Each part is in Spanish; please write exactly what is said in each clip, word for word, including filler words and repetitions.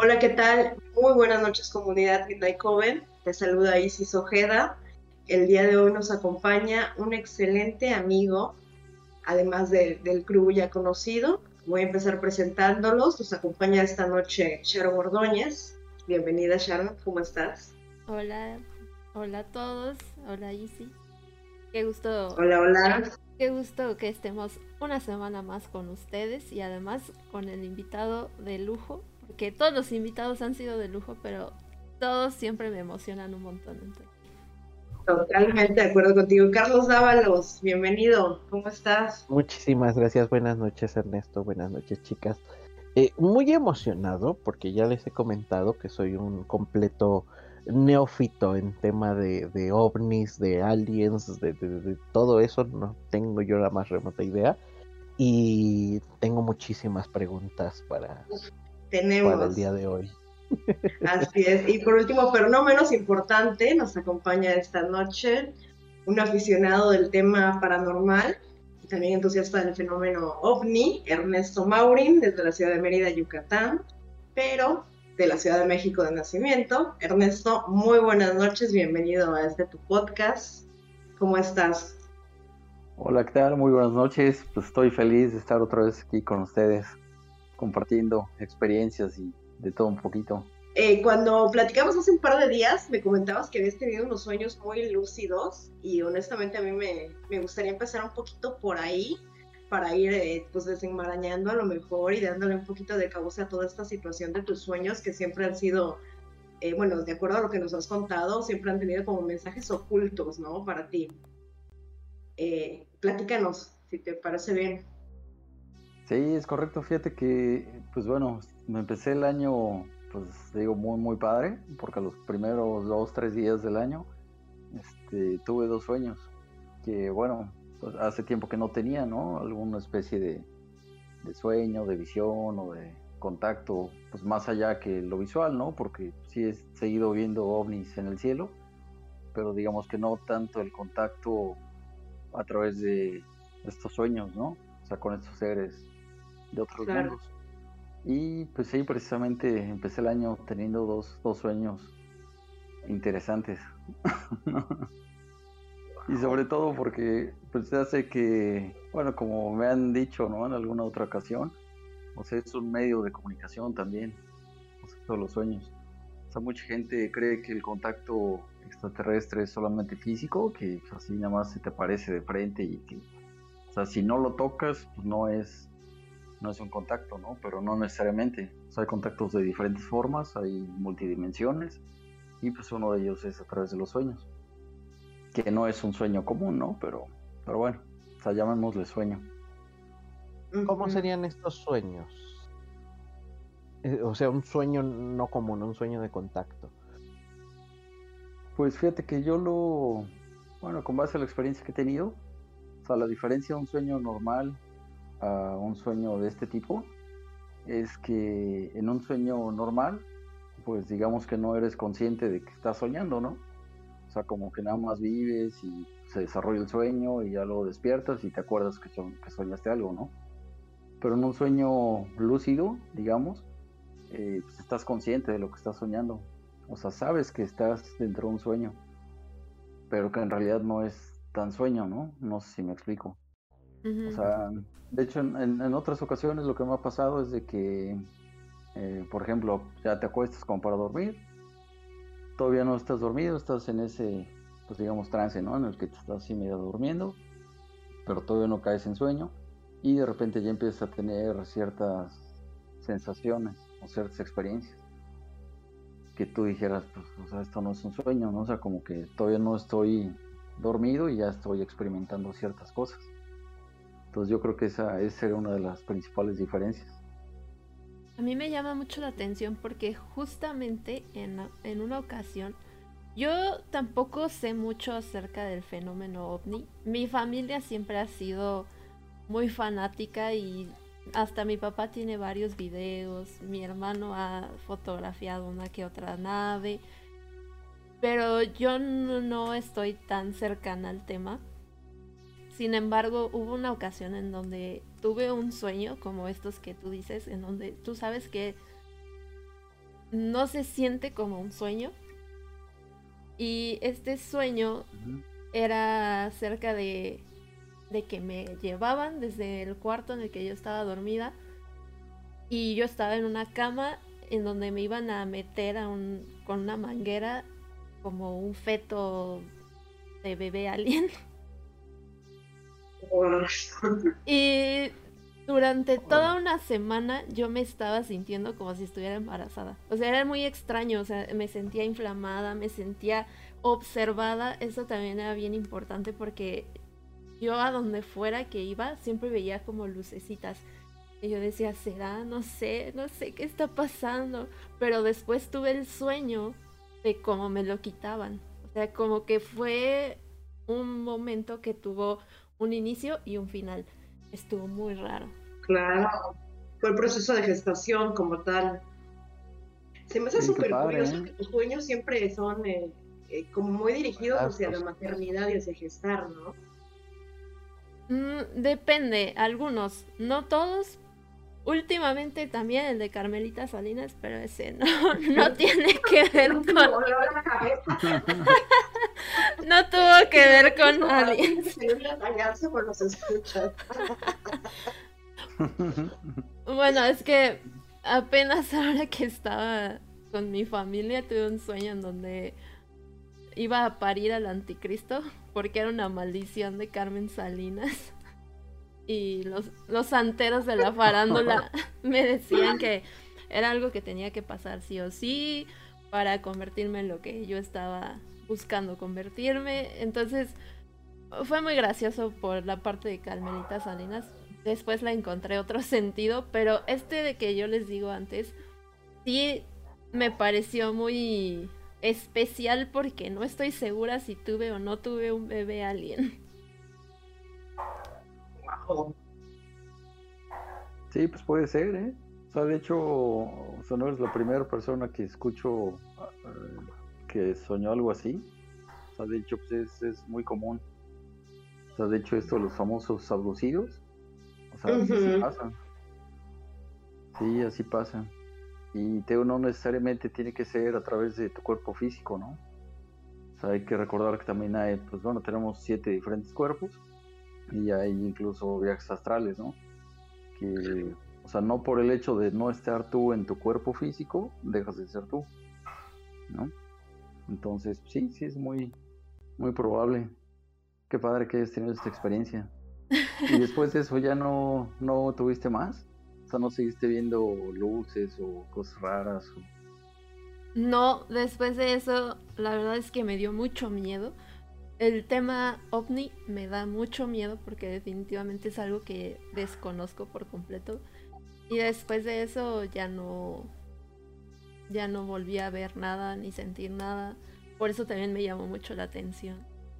Hola, ¿qué tal? Muy buenas noches, comunidad Midnight Coven. Te saluda Isis Ojeda. El día de hoy nos acompaña un excelente amigo, además de- del crew ya conocido. Voy a empezar presentándolos. Nos acompaña esta noche Sharon Ordóñez. Bienvenida, Sharon. ¿Cómo estás? Hola, hola a todos, hola Isi. Qué gusto, Hola, hola. qué gusto que estemos una semana más con ustedes y además con el invitado de lujo, porque todos los invitados han sido de lujo, pero todos siempre me emocionan un montón. Entonces. Totalmente de acuerdo contigo. Carlos Dávalos, bienvenido. ¿Cómo estás? Muchísimas gracias, buenas noches Ernesto, buenas noches chicas. Eh, muy emocionado porque ya les he comentado que soy un completo neófito en tema de, de ovnis, de aliens, de, de- de todo eso, no tengo yo la más remota idea y tengo muchísimas preguntas para, para el Tenemos. día de hoy. Así es. Y por último, pero no menos importante, nos acompaña esta noche un aficionado del tema paranormal y también entusiasta del fenómeno ovni, Ernesto Maurin, desde la ciudad de Mérida, Yucatán, pero de la Ciudad de México de nacimiento. Ernesto, muy buenas noches, bienvenido a este tu podcast. ¿Cómo estás? Hola, ¿qué tal? Muy buenas noches. Pues estoy feliz de estar otra vez aquí con ustedes, compartiendo experiencias y de todo un poquito. Eh, cuando platicamos hace un par de días, me comentabas que habías tenido unos sueños muy lúcidos y honestamente a mí me, me gustaría empezar un poquito por ahí para ir eh, pues desenmarañando a lo mejor y dándole un poquito de causa a toda esta situación de tus sueños que siempre han sido, eh, bueno, de acuerdo a lo que nos has contado, siempre han tenido como mensajes ocultos, ¿no? Para ti. Eh, platícanos, si te parece bien. Sí, es correcto. Fíjate que, pues bueno, me empecé el año, pues digo, muy, muy padre, porque a los primeros dos, tres días del año, este, tuve dos sueños que, bueno, pues hace tiempo que no tenía, ¿no? Alguna especie de, de sueño, de visión o de contacto, pues más allá que lo visual, ¿no? Porque sí he seguido viendo ovnis en el cielo, pero digamos que no tanto el contacto a través de estos sueños, ¿no? O sea, con estos seres de otros Claro. mundos. Y pues sí, precisamente empecé el año teniendo dos, dos sueños interesantes. Y sobre todo porque pues se hace que, bueno, como me han dicho, ¿no? En alguna otra ocasión, o sea, es un medio de comunicación también, o sea, todos los sueños. O sea, mucha gente cree que el contacto extraterrestre es solamente físico, que así nada más se te aparece de frente y que, o sea, si no lo tocas, pues no es, no es un contacto, ¿no? Pero no necesariamente. O sea, hay contactos de diferentes formas, hay multidimensiones, y pues uno de ellos es a través de los sueños, que no es un sueño común, ¿no? Pero, pero bueno, o sea, llamémosle sueño. ¿Cómo Ujú. serían estos sueños? Eh, o sea, un sueño no común, un sueño de contacto. Pues fíjate que yo lo, bueno, con base a la experiencia que he tenido, o sea, la diferencia de un sueño normal a un sueño de este tipo es que en un sueño normal, pues digamos que no eres consciente de que estás soñando, ¿no? O sea, como que nada más vives y se desarrolla el sueño y ya luego despiertas y te acuerdas que, son, que soñaste algo, ¿no? Pero en un sueño lúcido, digamos, eh, pues estás consciente de lo que estás soñando. O sea, sabes que estás dentro de un sueño, pero que en realidad no es tan sueño, ¿no? No sé si me explico. O Ujú. sea, de hecho, en, en- en otras ocasiones lo que me ha pasado es de que, eh, por ejemplo, ya te acuestas como para dormir, todavía no estás dormido, estás en ese, pues digamos, trance, ¿no? En el que te estás así medio durmiendo, pero todavía no caes en sueño y de repente ya empiezas a tener ciertas sensaciones o ciertas experiencias que tú dijeras, pues, o sea, esto no es un sueño, ¿no? O sea, como que todavía no estoy dormido y ya estoy experimentando ciertas cosas. Entonces yo creo que esa, esa sería una de las principales diferencias. A mí me llama mucho la atención porque justamente en, en una ocasión yo tampoco sé mucho acerca del fenómeno ovni. Mi familia siempre ha sido muy fanática y hasta mi papá tiene varios videos, mi hermano ha fotografiado una que otra nave, pero yo no, no estoy tan cercana al tema. Sin embargo, hubo una ocasión en donde tuve un sueño como estos que tú dices, en donde tú sabes que no se siente como un sueño. Y este sueño Ujú. era acerca de, de que me llevaban desde el cuarto en el que yo estaba dormida y yo estaba en una cama en donde me iban a meter a un, con una manguera como un feto de bebé alien. Y durante toda una semana yo me estaba sintiendo como si estuviera embarazada. O sea, era muy extraño, o sea, me sentía inflamada, me sentía observada. Eso también era bien importante porque yo a donde fuera que iba siempre veía como lucecitas. Y yo decía, ¿será? No sé, no sé qué está pasando. Pero después tuve el sueño de cómo me lo quitaban. O sea, como que fue un momento que tuvo un inicio y un final. Estuvo muy raro. Claro, fue el proceso de gestación como tal. Se me hace Sí, qué súper padre, curioso ¿eh? que tus sueños siempre son eh, eh, como muy dirigidos hacia la Embarazos. maternidad y hacia gestar, ¿no? Mm, depende, algunos, no todos. Últimamente también el de Carmelita Salinas, pero ese no, no tiene que ver Me con... voló la cabeza. No tuvo que ver con Como para ti que aliens. se le tallarse por los escuchas. Bueno, es que apenas ahora que estaba con mi familia tuve un sueño en donde iba a parir al anticristo porque era una maldición de Carmen Salinas. Y los, los santeros de la farándula me decían que era algo que tenía que pasar sí o sí para convertirme en lo que yo estaba buscando convertirme. Entonces fue muy gracioso por la parte de Carmelita Salinas. Después la encontré otro sentido, pero este de que yo les digo antes, sí me pareció muy especial porque no estoy segura si tuve o no tuve un bebé alien. Wow. Sí, pues puede ser, ¿eh? O sea, de hecho, o sea, no eres la primera persona que escucho eh, que soñó algo así. O sea, de hecho, pues es, es muy común. O sea, de hecho, esto de los famosos abducidos, o sea, pues así Ujú. pasa. Sí, así pasa. Y te digo, no necesariamente tiene que ser a través de tu cuerpo físico, ¿no? O sea, hay que recordar que también hay, pues bueno, tenemos siete diferentes cuerpos y hay incluso viajes astrales, ¿no? Que, o sea, no por el hecho de no estar tú en tu cuerpo físico, dejas de ser tú, ¿no? Entonces, sí, sí es muy, muy probable. Qué padre que hayas tenido esta experiencia. Y después de eso ya no, no tuviste más. O sea, no seguiste viendo luces o cosas raras. O... No, después de eso, la verdad es que me dio mucho miedo. El tema ovni me da mucho miedo porque definitivamente es algo que desconozco por completo. Y después de eso ya no, ya no volví a ver nada ni sentir nada. Por eso también me llamó mucho la atención.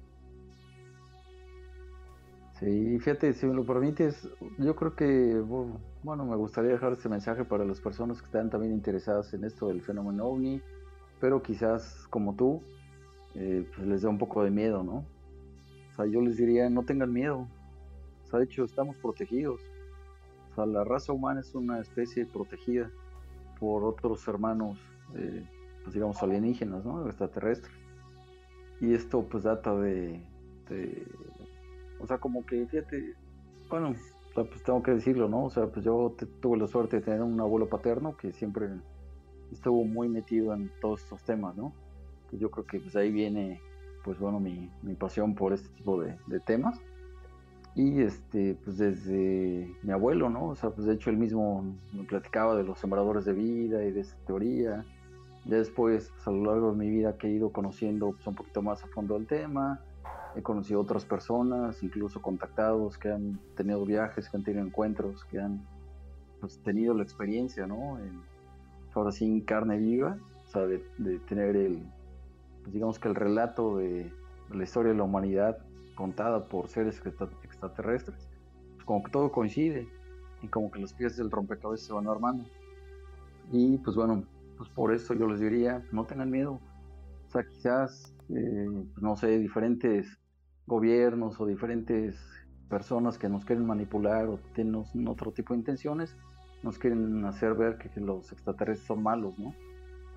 Sí, fíjate, si me lo permites, yo creo que, bu- bueno, me gustaría dejar este mensaje para las personas que están también interesadas en esto del fenómeno ovni, pero quizás como tú, eh, pues les da un poco de miedo, ¿no? O sea, yo les diría, no tengan miedo. O sea, de hecho, estamos protegidos. O sea, la raza humana es una especie protegida por otros hermanos, eh, pues digamos, alienígenas, ¿no? Extraterrestres. Y esto pues data de, de, o sea, como que, fíjate, bueno, o sea, pues tengo que decirlo, ¿no? O sea, pues yo te- tuve la suerte de tener un abuelo paterno que siempre estuvo muy metido en todos estos temas, ¿no? Pues yo creo que pues ahí viene, pues bueno, mi, mi pasión por este tipo de, de temas. Y este, pues desde mi abuelo, ¿no? O sea, pues de hecho él mismo me platicaba de los sembradores de vida y de esta teoría. Ya después, pues, a lo largo de mi vida que he ido conociendo pues, un poquito más a fondo el tema, he conocido otras personas, incluso contactados que han tenido viajes, que han tenido encuentros, que han pues, tenido la experiencia, ¿no? En, ahora sí, en carne viva, o sea, de, de tener el, pues, digamos que el relato de, de la historia de la humanidad contada por seres extraterrestres, pues como que todo coincide y como que las piezas del rompecabezas se van armando. Y pues bueno, pues por eso yo les diría, no tengan miedo. O sea, quizás, eh, no sé, diferentes gobiernos o diferentes personas que nos quieren manipular o tienen otro tipo de intenciones, nos quieren hacer ver que, que los extraterrestres son malos, ¿no?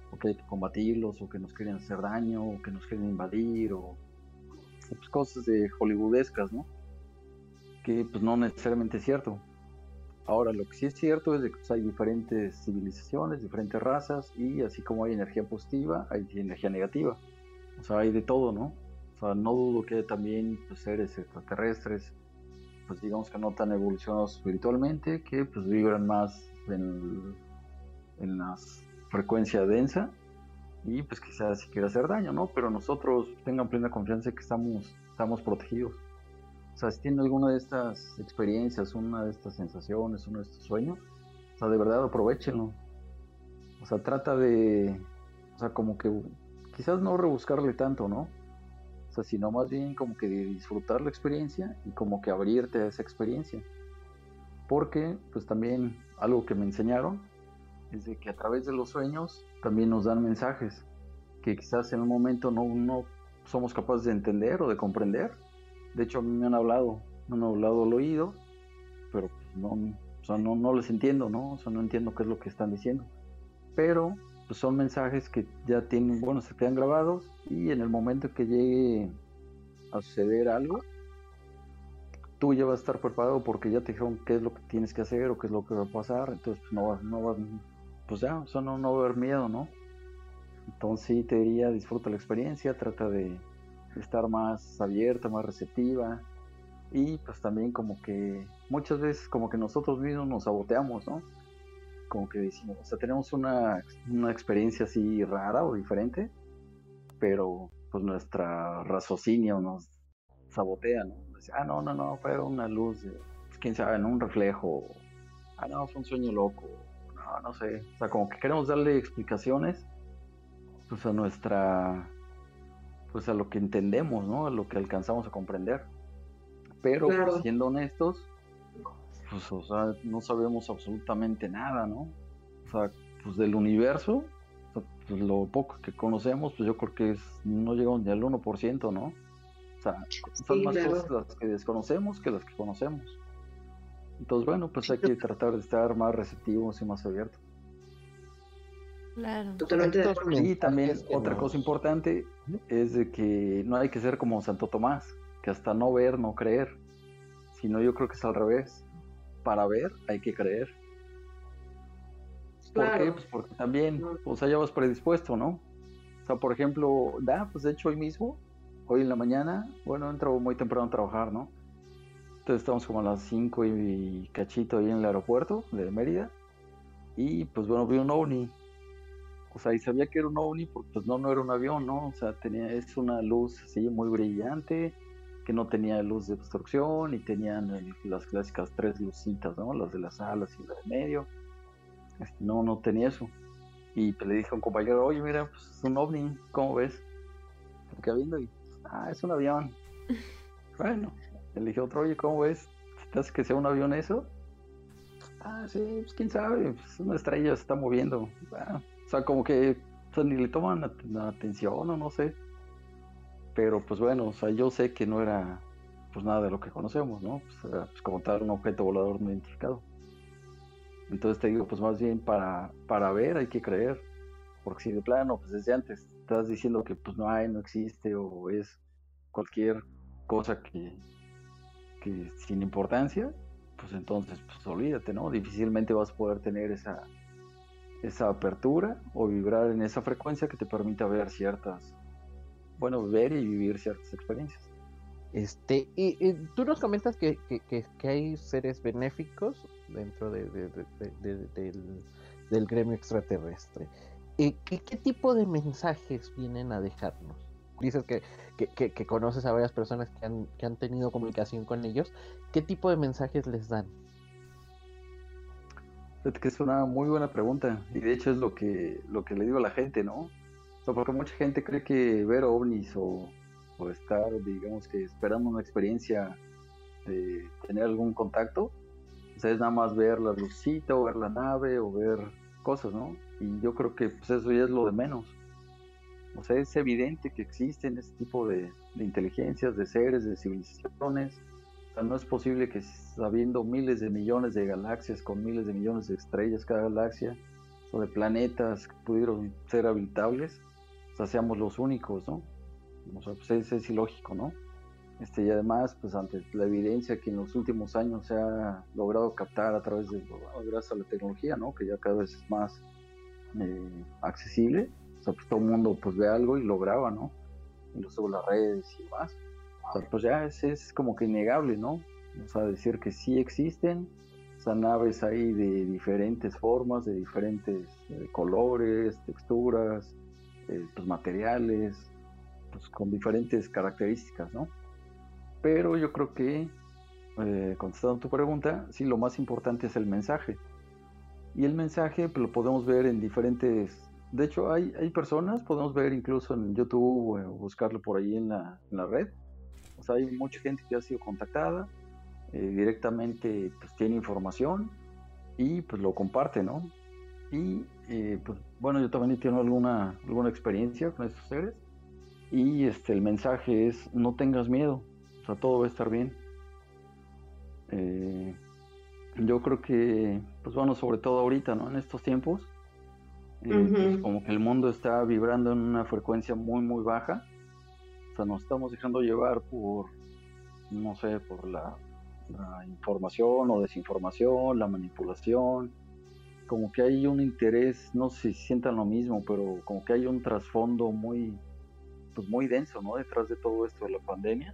o que hay que combatirlos, o que nos quieren hacer daño, o que nos quieren invadir, o pues, cosas de hollywoodescas, ¿no? Que pues no necesariamente es cierto. Ahora, lo que sí es cierto es de que pues, hay diferentes civilizaciones, diferentes razas, y así como hay energía positiva, hay energía negativa. O sea, hay de todo, ¿no? O sea, no dudo que haya también pues, seres extraterrestres, pues digamos que no tan evolucionados espiritualmente, que pues vibran más en, en la frecuencia densa, y pues quizás si quiera hacer daño, ¿no? Pero nosotros tengan plena confianza de que estamos, estamos protegidos. O sea, si tienen alguna de estas experiencias, una de estas sensaciones, uno de estos sueños, o sea, de verdad aprovechenlo. O sea, trata de, o sea, como que quizás no rebuscarle tanto, ¿no? O sea, sino más bien como que de disfrutar la experiencia y como que abrirte a esa experiencia. Porque, pues también algo que me enseñaron es de que a través de los sueños también nos dan mensajes que quizás en un momento no, no somos capaces de entender o de comprender. De hecho, a mí me han hablado, me han hablado al oído, pero pues no, o sea, no, no les entiendo, ¿no? O sea, no entiendo qué es lo que están diciendo. Pero pues son mensajes que ya tienen, bueno, se quedan grabados, y en el momento que llegue a suceder algo, tú ya vas a estar preparado porque ya te dijeron qué es lo que tienes que hacer o qué es lo que va a pasar. Entonces pues no vas, no vas, pues ya, o sea, no, no va a haber miedo, ¿no? Entonces sí te diría, disfruta la experiencia, trata de estar más abierta, más receptiva, y pues también como que muchas veces como que nosotros mismos nos saboteamos, ¿no? Como que decimos, o sea, tenemos una, una experiencia así rara o diferente, pero pues nuestra raciocinio nos sabotea, ¿no? Dice, ah, no, no, no, fue una luz, de, pues, quién sabe, ¿no? Un reflejo, ah, no, fue un sueño loco, no, no sé, o sea, como que queremos darle explicaciones pues a nuestra, pues a lo que entendemos, ¿no? A lo que alcanzamos a comprender. Pero Claro. pues, siendo honestos, pues o sea, no sabemos absolutamente nada, ¿no? O sea, pues del universo, o sea, pues lo poco que conocemos, pues yo creo que es, no llegamos ni al uno por ciento, ¿no? O sea, son Sí, más claro. cosas las que desconocemos que las que conocemos. Entonces, bueno, pues Sí, hay que tratar de estar más receptivos y más abiertos. Claro. Totalmente de Estos acuerdo. Y también mensajes que otra nos- cosa importante es de que no hay que ser como Santo Tomás, que hasta no ver, no creer, sino yo creo que es al revés. Para ver hay que creer. ¿Por Claro. qué? Pues porque también, o sea, ya vas predispuesto, ¿no? O sea, por ejemplo, da, pues de hecho hoy mismo, hoy en la mañana, bueno, entro muy temprano a trabajar, ¿no? Entonces estamos como a las cinco y cachito ahí en el aeropuerto de Mérida, y pues bueno, vi un ovni. O sea, y sabía que era un ovni porque pues no, no era un avión, ¿no? O sea, tenía, es una luz así muy brillante, que no tenía luz de obstrucción, y tenían el- las clásicas tres lucitas, ¿no? Las de las alas y la de medio. Este, no, no tenía eso. Y pues le dije a un compañero, oye, mira, pues es un ovni, ¿cómo ves? Me quedé viendo y, ah, es un avión. Bueno, le dije a otro, oye, ¿cómo ves? ¿Te hace que sea un avión eso? Ah, sí, pues quién sabe, pues una estrella se está moviendo. Ah, o sea, como que o sea, ni le toman at- atención o no sé. Pero pues bueno, o sea, yo sé que no era pues nada de lo que conocemos, ¿no? Pues era pues, como tal un objeto volador no identificado. Entonces te digo, pues más bien para, para ver hay que creer. Porque si de plano, pues desde antes estás diciendo que pues no hay, no existe, o es cualquier cosa que, que sin importancia, pues entonces pues olvídate, ¿no? Difícilmente vas a poder tener esa, esa apertura o vibrar en esa frecuencia que te permita ver ciertas, bueno, ver y vivir ciertas experiencias. Este, y, y tú nos comentas que, que, que, que hay seres benéficos dentro de, de, de, de, de, del, del gremio extraterrestre. Eh, ¿qué, ¿Qué tipo de mensajes vienen a dejarnos? Dices que, que, que, que conoces a varias personas que han, que han tenido comunicación con ellos. ¿Qué tipo de mensajes les dan? Fíjate que es una muy buena pregunta, y de hecho es lo que, lo que le digo a la gente, ¿no? O sea, porque mucha gente cree que ver ovnis o, o estar, digamos que esperando una experiencia de tener algún contacto, o sea, es nada más ver la lucita o ver la nave o ver cosas, ¿no? Y yo creo que pues eso ya es lo de menos. O sea, es evidente que existen este tipo de, de inteligencias, de seres, de civilizaciones. O sea, no es posible que habiendo miles de millones de galaxias con miles de millones de estrellas cada galaxia, o de planetas que pudieron ser habitables, o sea, seamos los únicos, ¿no? O sea, pues es, es ilógico, ¿no? Este, y además, pues ante la evidencia que en los últimos años se ha logrado captar a través de, bueno, gracias a la tecnología, ¿no? Que ya cada vez es más eh, accesible, o sea, pues todo el mundo pues ve algo y lo graba, ¿no? Incluso las redes y demás. O sea, pues ya es, es como que innegable, ¿no? O sea, decir que sí existen, o sea, naves ahí de diferentes formas, de diferentes eh, colores, texturas, eh, pues materiales, pues con diferentes características, ¿no? Pero yo creo que, eh, contestando tu pregunta, sí, lo más importante es el mensaje. Y el mensaje pues, lo podemos ver en diferentes... De hecho, hay, hay personas, podemos ver incluso en YouTube o buscarlo por ahí en la, en la red. O sea, hay mucha gente que ha sido contactada, eh, directamente pues tiene información y pues lo comparte, ¿no? Y eh, pues bueno, yo también he tenido alguna, alguna experiencia con estos seres y este, el mensaje es no tengas miedo, o sea, todo va a estar bien. Eh, yo creo que, pues bueno, sobre todo ahorita, ¿no? En estos tiempos, eh, uh-huh. pues como que el mundo está vibrando en una frecuencia muy, muy baja. O sea, nos estamos dejando llevar por, no sé, por la, la información o desinformación, la manipulación. Como que hay un interés, no sé si sientan lo mismo, pero como que hay un trasfondo muy, pues muy denso, ¿no? Detrás de todo esto de la pandemia.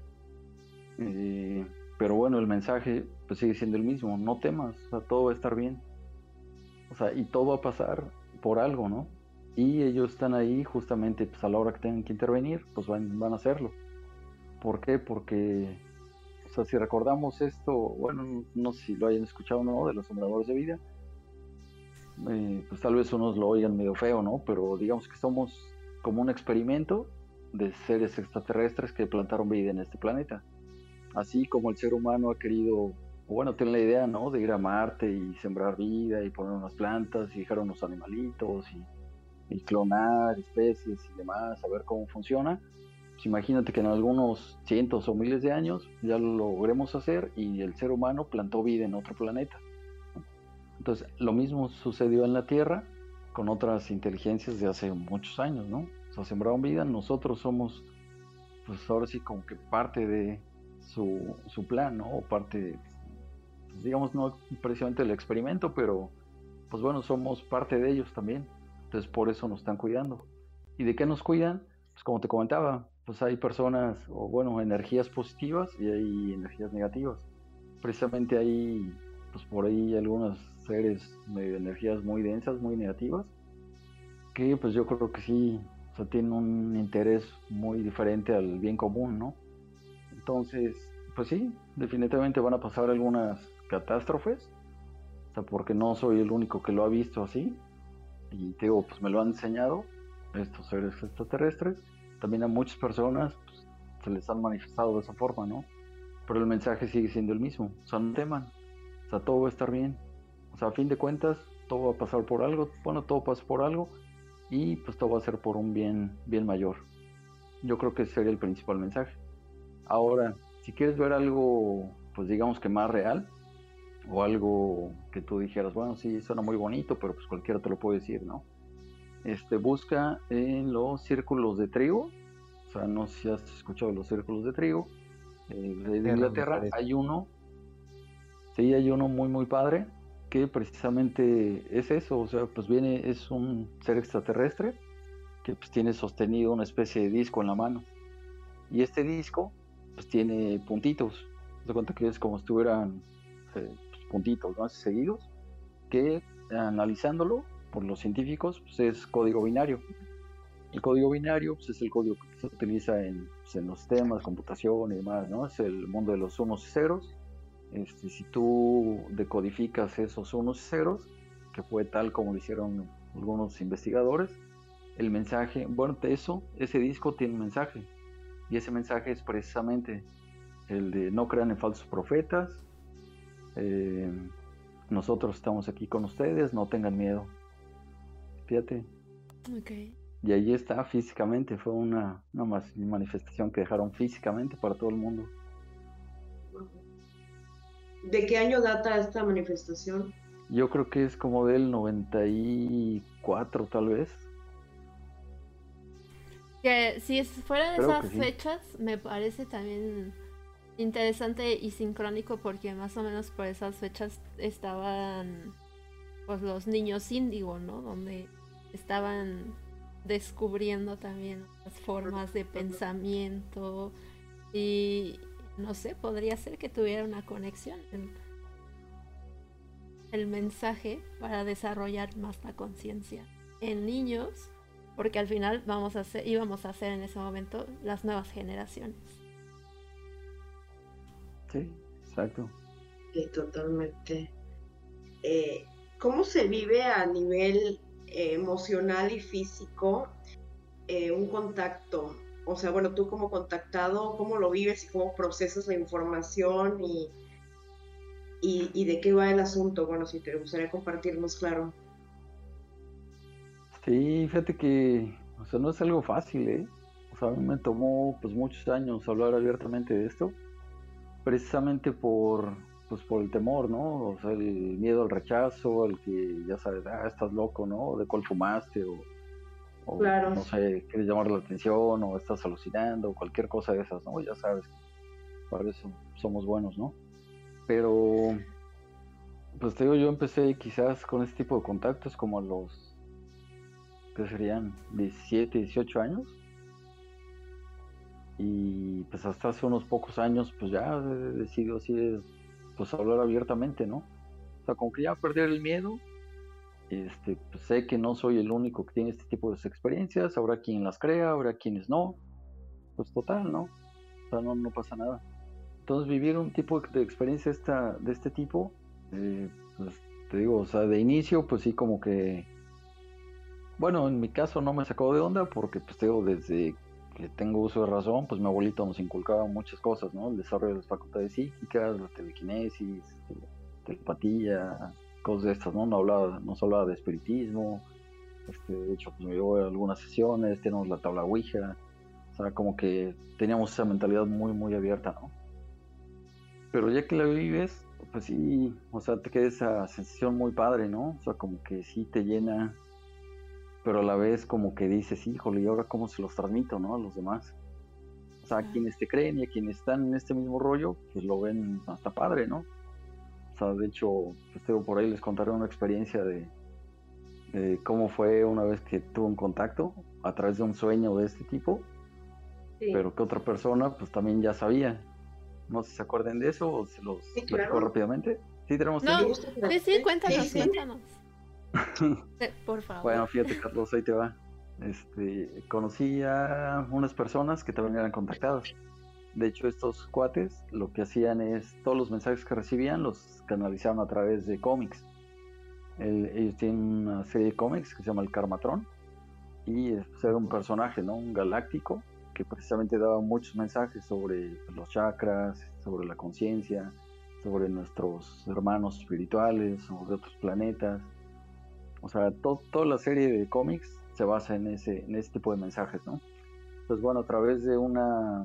Eh, pero bueno, el mensaje pues sigue siendo el mismo, no temas, o sea, todo va a estar bien. O sea, y todo va a pasar por algo, ¿no? Y ellos están ahí justamente pues a la hora que tengan que intervenir, pues van, van a hacerlo. ¿Por qué? Porque, o sea, si recordamos esto, bueno, no sé si lo hayan escuchado o no, de los sembradores de vida, eh, pues tal vez unos lo oigan medio feo, ¿no? Pero digamos que somos como un experimento de seres extraterrestres que plantaron vida en este planeta. Así como el ser humano ha querido, o bueno, tiene la idea, ¿no? De ir a Marte y sembrar vida y poner unas plantas y dejar unos animalitos y, y clonar especies y demás, a ver cómo funciona. Pues imagínate que en algunos cientos o miles de años ya lo logremos hacer y el ser humano plantó vida en otro planeta. Entonces, lo mismo sucedió en la Tierra con otras inteligencias de hace muchos años, ¿no? O sea, sembraron vida, nosotros somos, pues ahora sí como que parte de su, su plan, ¿no? O parte, pues digamos, no precisamente del experimento, pero pues bueno, somos parte de ellos también. Entonces por eso nos están cuidando. ¿Y de qué nos cuidan? Pues como te comentaba, pues hay personas, o bueno, energías positivas y hay energías negativas. Precisamente hay, pues por ahí algunos seres de energías muy densas, muy negativas, que pues yo creo que sí, o sea, tienen un interés muy diferente al bien común, ¿no? Entonces, pues sí, definitivamente van a pasar algunas catástrofes, o sea, porque no soy el único que lo ha visto así, y te digo, pues me lo han enseñado estos seres extraterrestres. También a muchas personas pues, se les han manifestado de esa forma, ¿no? Pero el mensaje sigue siendo el mismo, o sea, no teman, o sea, todo va a estar bien, o sea, a fin de cuentas, todo va a pasar por algo, bueno, todo pasa por algo, y pues todo va a ser por un bien, bien mayor. Yo creo que ese sería el principal mensaje. Ahora, si quieres ver algo, pues digamos que más real, o algo que tú dijeras, bueno, sí, suena muy bonito, pero pues cualquiera te lo puede decir, ¿no? Este, busca en los círculos de trigo, o sea, no sé si has escuchado los círculos de trigo, eh, de Inglaterra, hay uno, sí, hay uno muy, muy padre, que precisamente es eso, o sea, pues viene, es un ser extraterrestre, que pues tiene sostenido una especie de disco en la mano, y este disco pues tiene puntitos, te cuenta que es como si estuvieran eh, pues, puntitos, ¿no? Seguidos, que analizándolo por los científicos pues es código binario. El código binario pues, es el código que se utiliza en, pues, en los sistemas, computación y demás, ¿no? Es el mundo de los unos y ceros. Este, si tú decodificas esos unos y ceros, que fue tal como lo hicieron algunos investigadores, el mensaje, bueno, eso, ese disco tiene un mensaje, y ese mensaje es precisamente el de no crean en falsos profetas, eh, nosotros estamos aquí con ustedes, no tengan miedo. Fíjate. Okay. Y ahí está físicamente, fue una, una manifestación que dejaron físicamente para todo el mundo. ¿De qué año data esta manifestación? yo creo que es como del noventa y cuatro tal vez. Que si es fuera de Creo esas que sí. fechas, me parece también interesante y sincrónico porque más o menos por esas fechas estaban pues los niños índigo, ¿no? Donde estaban descubriendo también las formas de pensamiento y no sé, podría ser que tuviera una conexión el, el mensaje para desarrollar más la conciencia en niños, porque al final vamos a hacer, íbamos a hacer en ese momento las nuevas generaciones. Sí, exacto. Sí, totalmente. Eh, ¿Cómo se vive a nivel eh, emocional y físico eh, un contacto? O sea, bueno, tú como contactado, ¿cómo lo vives y cómo procesas la información y, y, y de qué va el asunto? Bueno, si te gustaría compartirnos, claro. Sí, fíjate que, o sea, no es algo fácil, ¿eh? O sea, a mí me tomó pues muchos años hablar abiertamente de esto, precisamente por, pues por el temor, ¿no? O sea, el miedo al rechazo, al que ya sabes, ah, estás loco, ¿no? De cuál fumaste, o, o Claro. no sé, quieres llamar la atención, o estás alucinando, o cualquier cosa de esas, ¿no? Ya sabes, para eso somos buenos, ¿no? Pero, pues te digo, yo empecé quizás con este tipo de contactos como a los, ¿qué serían? diecisiete, dieciocho años. Y pues hasta hace unos pocos años, pues ya he decidido así, de, pues hablar abiertamente, ¿no? O sea, como que ya perder el miedo. Este, pues sé que no soy el único que tiene este tipo de experiencias, habrá quien las crea, habrá quienes no, pues total, ¿no? O sea, no, no pasa nada. Entonces vivir un tipo de experiencia esta, de este tipo, eh, pues te digo, o sea, de inicio, pues sí como que, bueno, en mi caso no me sacó de onda porque pues te digo, desde que tengo uso de razón, pues mi abuelito nos inculcaba muchas cosas, ¿no? El desarrollo de las facultades psíquicas, la telequinesis, este, telepatía, cosas de estas, ¿no? No hablaba, nos hablaba de espiritismo, este, de hecho, pues me llevó a algunas sesiones, tenemos la tabla Ouija, o sea, como que teníamos esa mentalidad muy, muy abierta, ¿no? Pero ya que la vives, pues sí, o sea, te queda esa sensación muy padre, ¿no? O sea, como que sí te llena, pero a la vez como que dices, híjole, ¿y ahora cómo se los transmito, ¿no? A los demás. O sea, a quienes te creen y a quienes están en este mismo rollo, pues lo ven hasta padre, ¿no? O sea, de hecho, pues tengo por ahí, les contaré una experiencia de, de cómo fue una vez que tuve un contacto a través de un sueño de este tipo, Sí, pero que otra persona pues también ya sabía. No sé si se acuerdan de eso o se los sí, platico claro. rápidamente. ¿Sí tenemos No, tiempo? sí, sí, cuéntanos, Sí, sí. cuéntanos. Sí, por favor. Bueno, fíjate, Carlos, ahí te va. Este, conocí a unas personas que también eran contactadas. De hecho, estos cuates lo que hacían es todos los mensajes que recibían los canalizaban a través de cómics. El, ellos tienen una serie de cómics que se llama el Karmatron y pues, era un personaje, ¿no? Un galáctico que precisamente daba muchos mensajes sobre los chakras, sobre la conciencia, sobre nuestros hermanos espirituales, sobre otros planetas. O sea, to, toda la serie de cómics se basa en ese, en ese tipo de mensajes, ¿no? Pues bueno, a través de una,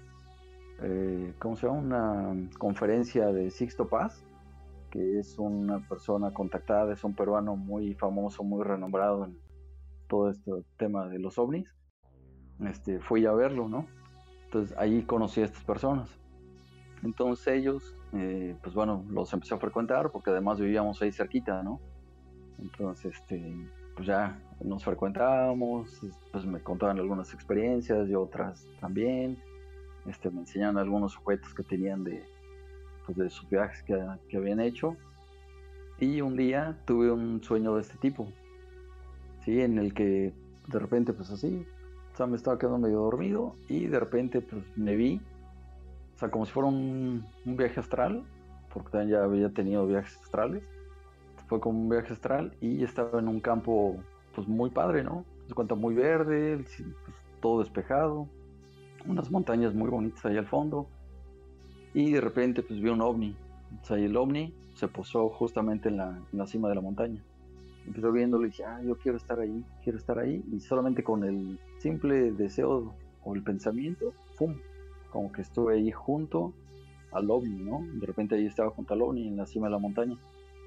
eh, ¿cómo se llama? Una conferencia de Sixto Paz, que es una persona contactada, es un peruano muy famoso, muy renombrado en todo este tema de los ovnis. Este, fui a verlo, ¿no? Entonces ahí conocí a estas personas. Entonces ellos, eh, pues bueno, los empecé a frecuentar porque además vivíamos ahí cerquita, ¿no? Entonces, este, pues ya nos frecuentábamos, pues me contaban algunas experiencias y otras también. Este, me enseñaban algunos objetos que tenían de, pues de sus viajes que, que habían hecho. Y un día tuve un sueño de este tipo, ¿sí? En el que de repente, pues así, o sea, me estaba quedando medio dormido y de repente, pues me vi, o sea, como si fuera un, un viaje astral, porque también ya había tenido viajes astrales. Fue como un viaje astral y estaba en un campo, pues muy padre, ¿no? Se cuenta muy verde, pues, todo despejado, unas montañas muy bonitas ahí al fondo. Y de repente, pues vi un ovni. O sea, y el ovni se posó justamente en la, en la cima de la montaña. Empezó viéndolo y dije, ah, yo quiero estar ahí, quiero estar ahí. Y solamente con el simple deseo o el pensamiento, ¡pum! Como que estuve ahí junto al ovni, ¿no? De repente ahí estaba junto al ovni en la cima de la montaña.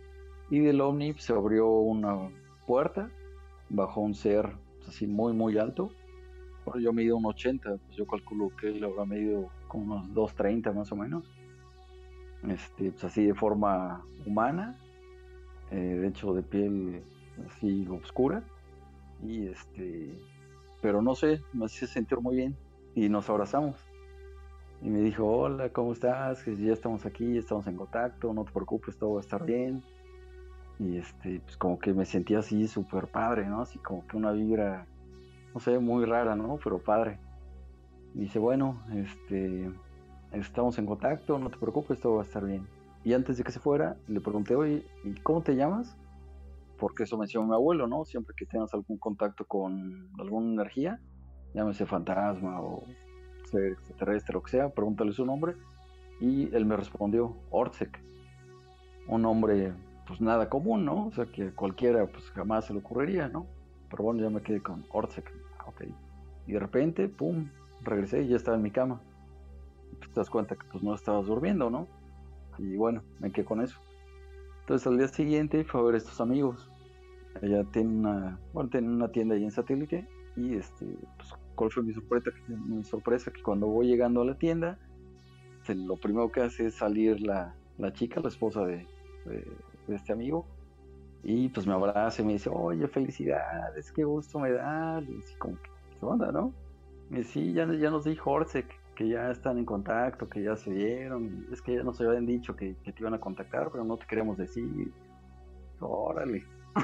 y del ovni se abrió una puerta, bajó un ser pues, así muy muy alto. Bueno, yo mido un ochenta, pues yo calculo que él habrá medido como unos dos treinta más o menos. Este, pues así de forma humana, eh, de hecho de piel así oscura. Y este, pero no sé, me hacía sentir muy bien y nos abrazamos. Y me dijo, hola, ¿cómo estás? Que ya estamos aquí, estamos en contacto, no te preocupes, todo va a estar bien. Y este, pues como que me sentía así súper padre, ¿no? Así como que una vibra, no sé, muy rara, ¿no? Pero padre. Y dice, bueno, este, estamos en contacto, no te preocupes, todo va a estar bien. Y antes de que se fuera, le pregunté, oye, ¿y cómo te llamas? Porque eso mencionó mi abuelo, ¿no? Siempre que tengas algún contacto con alguna energía, llámese fantasma o ser extraterrestre, lo que sea, pregúntale su nombre. Y él me respondió, Ortsek. Un nombre, pues nada común, ¿no? O sea, que cualquiera, pues jamás se le ocurriría, ¿no? Pero bueno, ya me quedé con Ortsek. Ah, ok. Y de repente, pum, regresé y ya estaba en mi cama. Y pues te das cuenta que pues no estabas durmiendo, ¿no? Y bueno, me quedé con eso. Entonces al día siguiente fue a ver a estos amigos. Ella tiene una, bueno, tiene una tienda ahí en Satélite. Y este, pues, ¿cuál fue mi sorpresa? Mi sorpresa que cuando voy llegando a la tienda, lo primero que hace es salir la, la chica, la esposa de, de, de este amigo, y pues me abraza y me dice, oye, felicidades, qué gusto me da. Y así como que, ¿qué onda, no? Y sí, ya, ya nos dijo Ortsek que ya están en contacto, que ya se vieron. Es que ya nos habían dicho que, que te iban a contactar, pero no te queremos decir. Órale.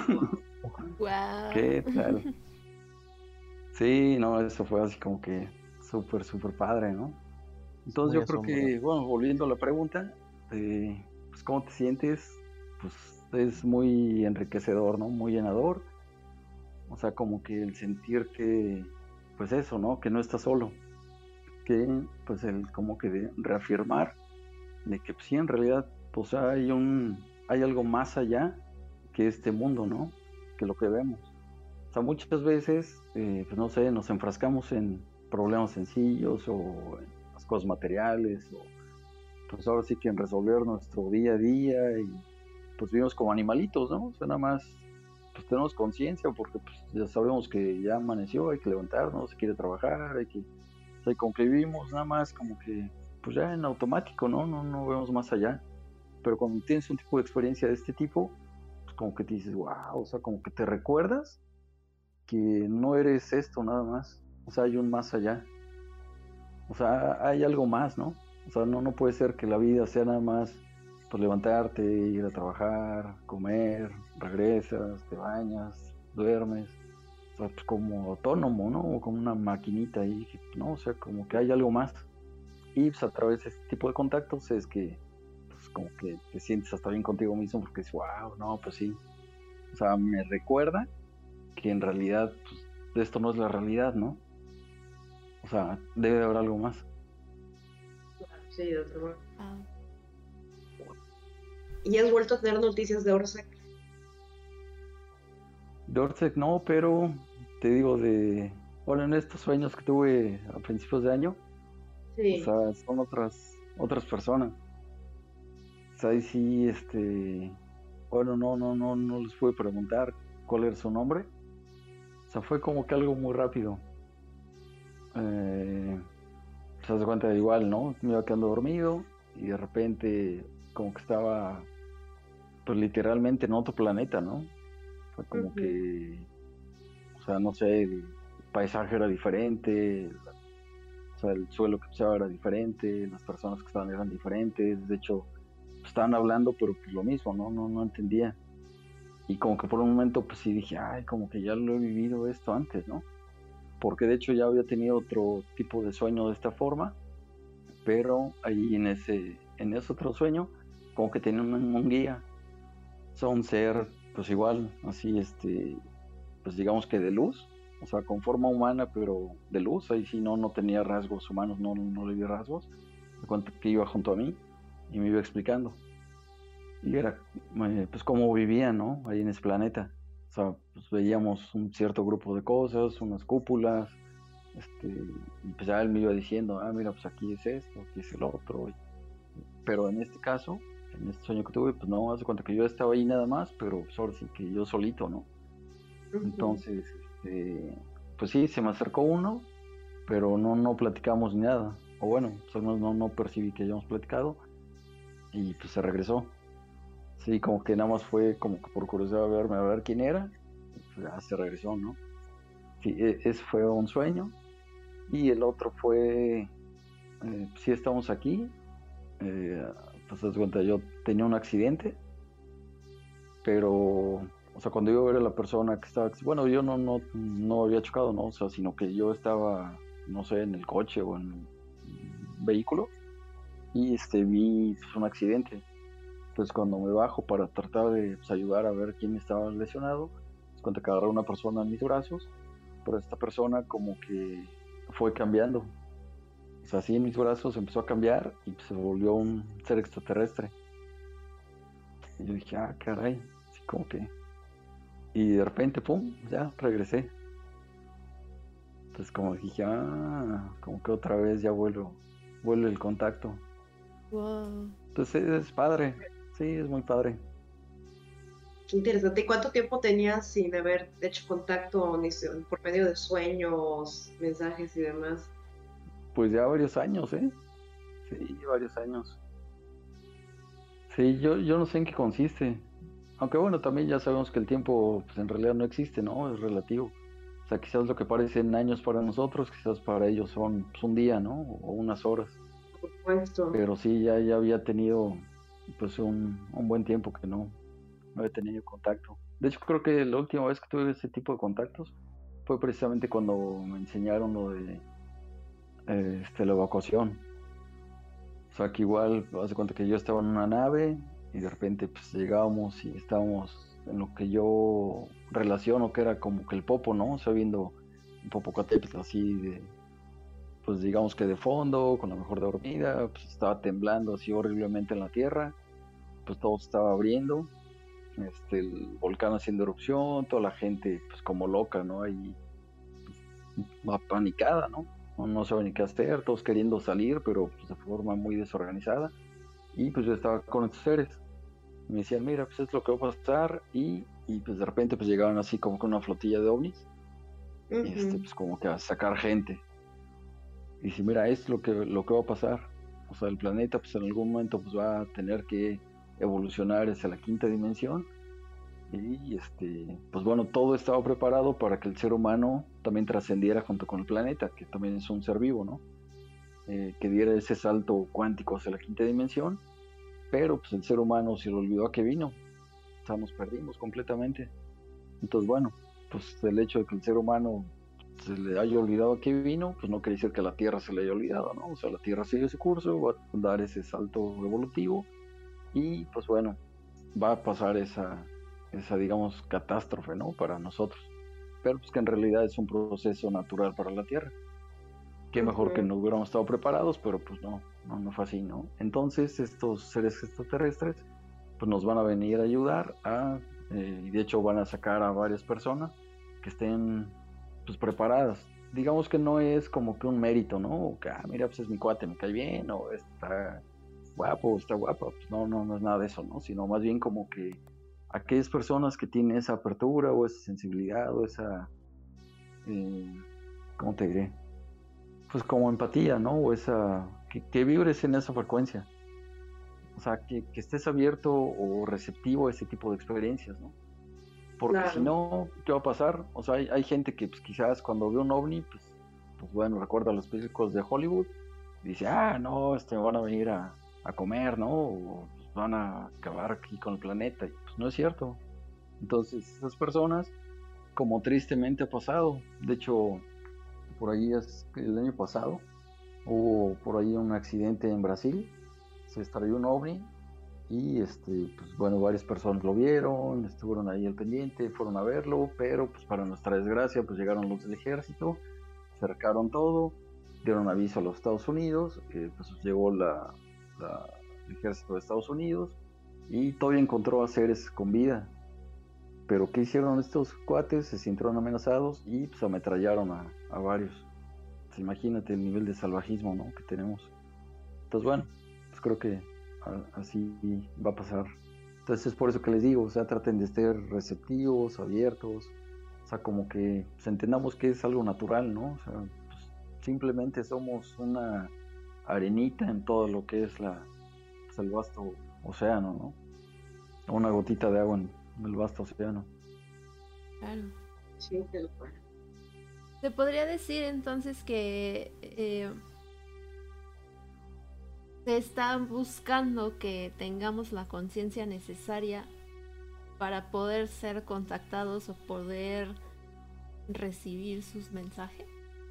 Wow. ¿Qué tal? Sí, no, eso fue así como que súper, súper padre, ¿no? Entonces Muy yo creo que, bueno, volviendo a la pregunta, eh, pues ¿cómo te sientes? Pues es muy enriquecedor, ¿no? Muy llenador. O sea, como que el sentir que, pues eso, ¿no? Que no estás solo. Que, pues el como que de reafirmar de que pues, sí, en realidad, pues hay un, hay algo más allá que este mundo, ¿no? Que lo que vemos. O sea, muchas veces, eh, pues no sé, nos enfrascamos en problemas sencillos o en las cosas materiales o pues ahora sí que en resolver nuestro día a día y pues vivimos como animalitos, ¿no? O sea, nada más pues tenemos conciencia porque pues ya sabemos que ya amaneció, hay que levantarnos, se quiere trabajar, hay que, o sea, como que vivimos nada más como que pues ya en automático, ¿no? No, no vemos más allá. Pero cuando tienes un tipo de experiencia de este tipo, pues como que te dices, wow, o sea, como que te recuerdas que no eres esto nada más, o sea, hay un más allá, o sea, hay algo más, ¿no? O sea, no, no puede ser que la vida sea nada más, pues levantarte, ir a trabajar, comer, regresas, te bañas, duermes, o sea, pues como autónomo, ¿no? O como una maquinita ahí, ¿no? O sea, como que hay algo más. Y pues a través de este tipo de contactos es que, pues como que te sientes hasta bien contigo mismo porque dices, wow, no, pues sí. O sea, me recuerda que en realidad, pues, esto no es la realidad, ¿no? O sea, debe haber algo más. Sí, de otro modo. Ah, ¿Y has vuelto a tener noticias de Ortsek? De Ortsek no, pero te digo de, bueno, en estos sueños que tuve a principios de año, Sí. o sea, son otras, otras personas. O sea, ahí sí, este, bueno, no, no, no, no les pude preguntar cuál era su nombre. O sea, fue como que algo muy rápido. Eh, se hace cuenta de igual, ¿no? Me iba quedando dormido y de repente como que estaba, pues literalmente en otro planeta, ¿no? Fue como Ujú. que, o sea, no sé, el paisaje era diferente, o sea, el suelo que pisaba era diferente, las personas que estaban eran diferentes, de hecho, estaban hablando, pero pues lo mismo, ¿no? No, no entendía. Y como que por un momento, pues sí dije, ay, como que ya lo he vivido esto antes, ¿no? Porque de hecho ya había tenido otro tipo de sueño de esta forma, pero ahí en ese, en ese otro sueño, como que tenía un, un guía, o sea, un ser, pues igual, así, este, pues digamos que de luz, o sea, con forma humana, pero de luz, ahí sí no, no tenía rasgos humanos, no, no le vi rasgos, de cuenta que iba junto a mí y me iba explicando, y era, eh, pues cómo vivía, ¿no? Ahí en ese planeta, o sea, pues veíamos un cierto grupo de cosas, unas cúpulas, este, y pues ya él me iba diciendo, ah, mira, pues aquí es esto, aquí es el otro, y- pero en este caso, en este sueño que tuve, pues no, hace cuenta que yo estaba ahí nada más, pero pues ahora sí que yo solito, ¿no? Ujú. Entonces, este, pues sí, se me acercó uno, pero no, no platicamos ni nada. O bueno, pues no, no, no percibí que hayamos platicado y pues se regresó. Sí, como que nada más fue como que por curiosidad a verme, a ver quién era, y pues ya se regresó, ¿no? Sí, e- ese fue un sueño. Y el otro fue, eh, sí estamos aquí, eh, pues haz de cuenta, yo tenía un accidente, pero, o sea, cuando iba a ver a la persona que estaba, bueno, yo no, no, no había chocado, ¿no? O sea, sino que yo estaba, no sé, en el coche o en un vehículo y este, vi pues, un accidente. Entonces cuando me bajo para tratar de pues, ayudar a ver quién estaba lesionado, es cuando que agarré a una persona en mis brazos, pero esta persona como que fue cambiando. O sea, así en mis brazos empezó a cambiar y pues, se volvió un ser extraterrestre. Y yo dije, ah, caray, así como que... Y de repente, pum, ya regresé. Entonces como dije, ah, como que otra vez ya vuelvo, vuelve el contacto. Wow. Entonces es padre, sí, es muy padre. Qué interesante. ¿Y cuánto tiempo tenías sin haber hecho contacto ni si- por medio de sueños, mensajes y demás? Pues ya varios años, ¿eh? Sí, varios años. Sí, yo, yo no sé en qué consiste. Aunque bueno, también ya sabemos que el tiempo pues, en realidad no existe, ¿no? Es relativo. O sea, quizás lo que parecen años para nosotros, quizás para ellos son pues, un día, ¿no? O unas horas. Por supuesto. Pero sí, ya, ya había tenido pues un, un buen tiempo que no, no había tenido contacto. De hecho, creo que la última vez que tuve ese tipo de contactos fue precisamente cuando me enseñaron lo de eh, este, la evacuación. O sea, que igual, haz de cuenta que yo estaba en una nave y de repente pues llegábamos y estábamos en lo que yo relaciono que era como que el Popo, ¿no? O sea, viendo un Popocatépetl así de, pues digamos que de fondo, con la mejor dormida, pues estaba temblando así horriblemente en la Tierra, pues todo se estaba abriendo, este, el volcán haciendo erupción, toda la gente pues como loca, ¿no? Ahí pues, apanicada, ¿no? No, no sabe ni qué hacer, todos queriendo salir, pero pues, de forma muy desorganizada. Y pues yo estaba con estos seres. Me decían, mira, pues es lo que va a pasar. Y, y pues de repente pues llegaban así como con una flotilla de ovnis. Y este, Ujú. pues como que a sacar gente. Y dice, mira, es lo que, lo que va a pasar. O sea, el planeta pues en algún momento pues va a tener que evolucionar hacia la quinta dimensión. Y este, pues bueno, todo estaba preparado para que el ser humano también trascendiera junto con el planeta, que también es un ser vivo, ¿no? Eh, que diera ese salto cuántico hacia la quinta dimensión, pero pues el ser humano se le olvidó a qué vino, o sea, nos perdimos completamente. Entonces, bueno, pues el hecho de que el ser humano se le haya olvidado a qué vino, pues no quiere decir que a la Tierra se le haya olvidado, ¿no? O sea, la Tierra sigue ese curso, va a dar ese salto evolutivo y pues bueno, va a pasar esa, esa digamos, catástrofe, ¿no? Para nosotros. Pero pues que en realidad es un proceso natural para la Tierra. Qué mejor que Ujú. no hubiéramos estado preparados, pero pues no, no, no fue así, ¿no? Entonces estos seres extraterrestres pues nos van a venir a ayudar a, eh, y de hecho van a sacar a varias personas que estén pues preparadas. Digamos que no es como que un mérito, ¿no? O que, ah, mira, pues es mi cuate, me cae bien, o está guapo, está guapa, pues no, no, no es nada de eso, ¿no? Sino más bien como que aquellas personas que tienen esa apertura o esa sensibilidad o esa, eh, ¿cómo te diré? Pues como empatía, ¿no? O esa, que, que vibres en esa frecuencia. O sea, que, que estés abierto o receptivo a ese tipo de experiencias, ¿no? Porque si Claro. no, ¿qué va a pasar? O sea, hay, hay gente que pues, quizás cuando ve un ovni, pues, pues bueno, recuerda los películas de Hollywood, y dice, ah, no, este, van a venir a, a comer, ¿no? O pues, van a acabar aquí con el planeta. Y pues no es cierto. Entonces, esas personas, como tristemente ha pasado, de hecho, por ahí es el año pasado, hubo por ahí un accidente en Brasil, se estrelló un ovni y este, pues bueno, varias personas lo vieron, estuvieron ahí al pendiente, fueron a verlo, pero pues para nuestra desgracia pues llegaron los del ejército, cercaron todo, dieron aviso a los Estados Unidos, eh, pues llegó la, la, el ejército de Estados Unidos y todavía encontró a seres con vida. Pero ¿qué hicieron estos cuates? Se sintieron amenazados y pues ametrallaron a, a varios. Pues imagínate el nivel de salvajismo, ¿no? Que tenemos. Entonces bueno, pues creo que así va a pasar. Entonces es por eso que les digo, o sea, traten de estar receptivos, abiertos, o sea, como que pues, entendamos que es algo natural, ¿no? O sea, pues, simplemente somos una arenita en todo lo que es la, pues, el vasto océano, ¿no? Una gotita de agua en el vasto océano. Claro. Sí, te lo puedo. Se podría decir entonces que eh, se está buscando que tengamos la conciencia necesaria para poder ser contactados o poder recibir sus mensajes.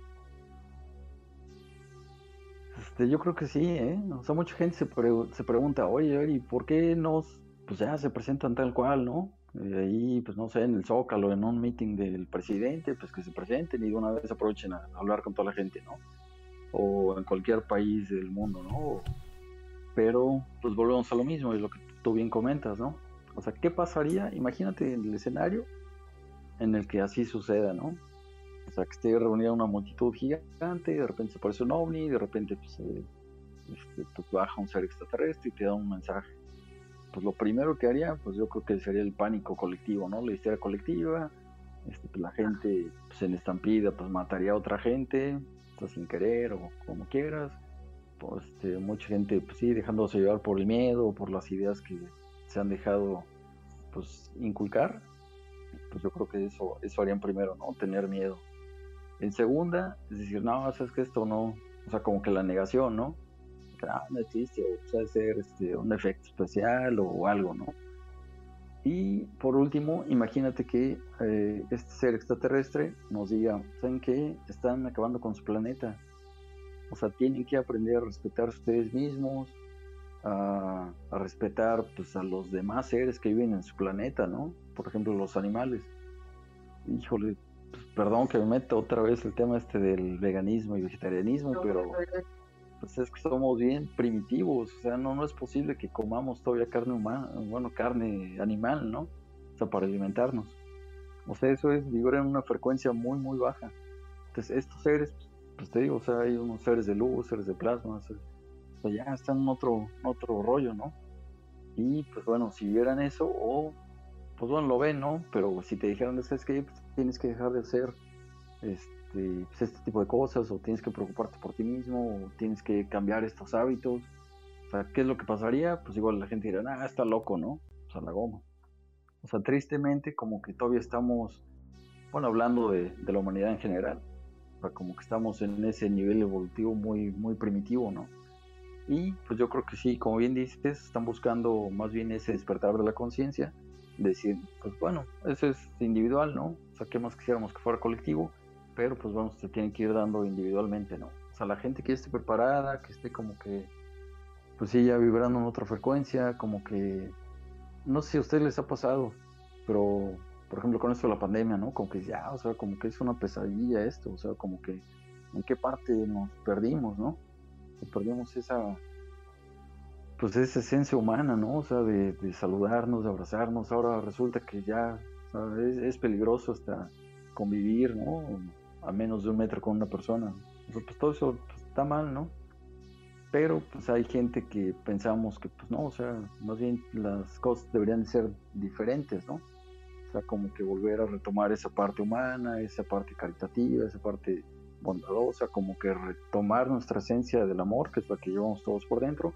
Este, yo creo que sí, ¿eh? O sea, mucha gente se, pre- se pregunta, oye, ¿y por qué nos, pues ya se presentan tal cual, ¿no? Y ahí, pues no sé, en el Zócalo, en un meeting del presidente, pues que se presenten y de una vez aprovechen a hablar con toda la gente, ¿no? O en cualquier país del mundo, ¿no? Pero, pues volvemos a lo mismo, es lo que tú bien comentas, ¿no? O sea, ¿qué pasaría? Imagínate en el escenario en el que así suceda, ¿no? O sea, que esté reunida una multitud gigante, de repente se aparece un ovni, de repente pues, eh, este, pues baja un ser extraterrestre y te da un mensaje. Pues lo primero que haría, pues yo creo que sería el pánico colectivo, ¿no? La histeria colectiva, este, pues la gente pues, en estampida pues mataría a otra gente, pues, sin querer o como quieras. Pues, este, mucha gente, pues sí, dejándose llevar por el miedo, por las ideas que se han dejado pues inculcar. Pues yo creo que eso, eso harían primero, ¿no? Tener miedo. En segunda, es decir, no, sabes que esto no, o sea, como que la negación, ¿no? Que ah, no existe, o puede ser este, un efecto especial o algo, ¿no? Y por último, imagínate que eh, este ser extraterrestre nos diga, ¿saben qué? Están acabando con su planeta. O sea, tienen que aprender a respetar a ustedes mismos, a, a respetar pues, a los demás seres que viven en su planeta, ¿no? Por ejemplo, los animales. Híjole, pues, perdón que me meto otra vez el tema este del veganismo y vegetarianismo, No, pero la verdad. pues es que somos bien primitivos, o sea, no, no es posible que comamos todavía carne humana, bueno, carne animal, ¿no? O sea, para alimentarnos. O sea, eso es vibrar en una frecuencia muy, muy baja. Entonces, estos seres, pues, pues te digo, o sea, hay unos seres de luz, seres de plasma, seres- o sea, ya están en otro, en otro rollo, ¿no? Y pues bueno, si vieran eso, o pues bueno, lo ven, ¿no? Pero si te dijeran, ¿sabes qué? Pues, tienes que dejar de hacer este, pues, este tipo de cosas, o tienes que preocuparte por ti mismo, o tienes que cambiar estos hábitos. O sea, ¿qué es lo que pasaría? Pues igual la gente dirá, ah, está loco, ¿no? O sea, la goma. O sea, tristemente, como que todavía estamos, bueno, hablando de, de la humanidad en general, o sea, como que estamos en ese nivel evolutivo muy, muy primitivo, ¿no? Y pues yo creo que sí, como bien dices, están buscando más bien ese despertar de la conciencia, decir, pues bueno, eso es individual, ¿no? O sea, ¿qué más quisiéramos que fuera colectivo? Pero pues bueno, se tiene que ir dando individualmente, ¿no? O sea, la gente que esté preparada, que esté como que, pues sí, ya vibrando en otra frecuencia, como que, no sé si a ustedes les ha pasado, pero por ejemplo con esto de la pandemia, ¿no? Como que ya, o sea, como que es una pesadilla esto, o sea, como que en qué parte nos perdimos, ¿no? Perdimos esa, pues esa esencia humana, ¿no? O sea, de, de saludarnos, de abrazarnos. Ahora resulta que ya, o sea, es, es peligroso hasta convivir, ¿no? A menos de un metro con una persona. O sea, pues todo eso pues, está mal, ¿no? Pero pues hay gente que pensamos que pues no, o sea, más bien las cosas deberían ser diferentes, ¿no? O sea, como que volver a retomar esa parte humana, esa parte caritativa, esa parte bondadosa, como que retomar nuestra esencia del amor, que es la que llevamos todos por dentro.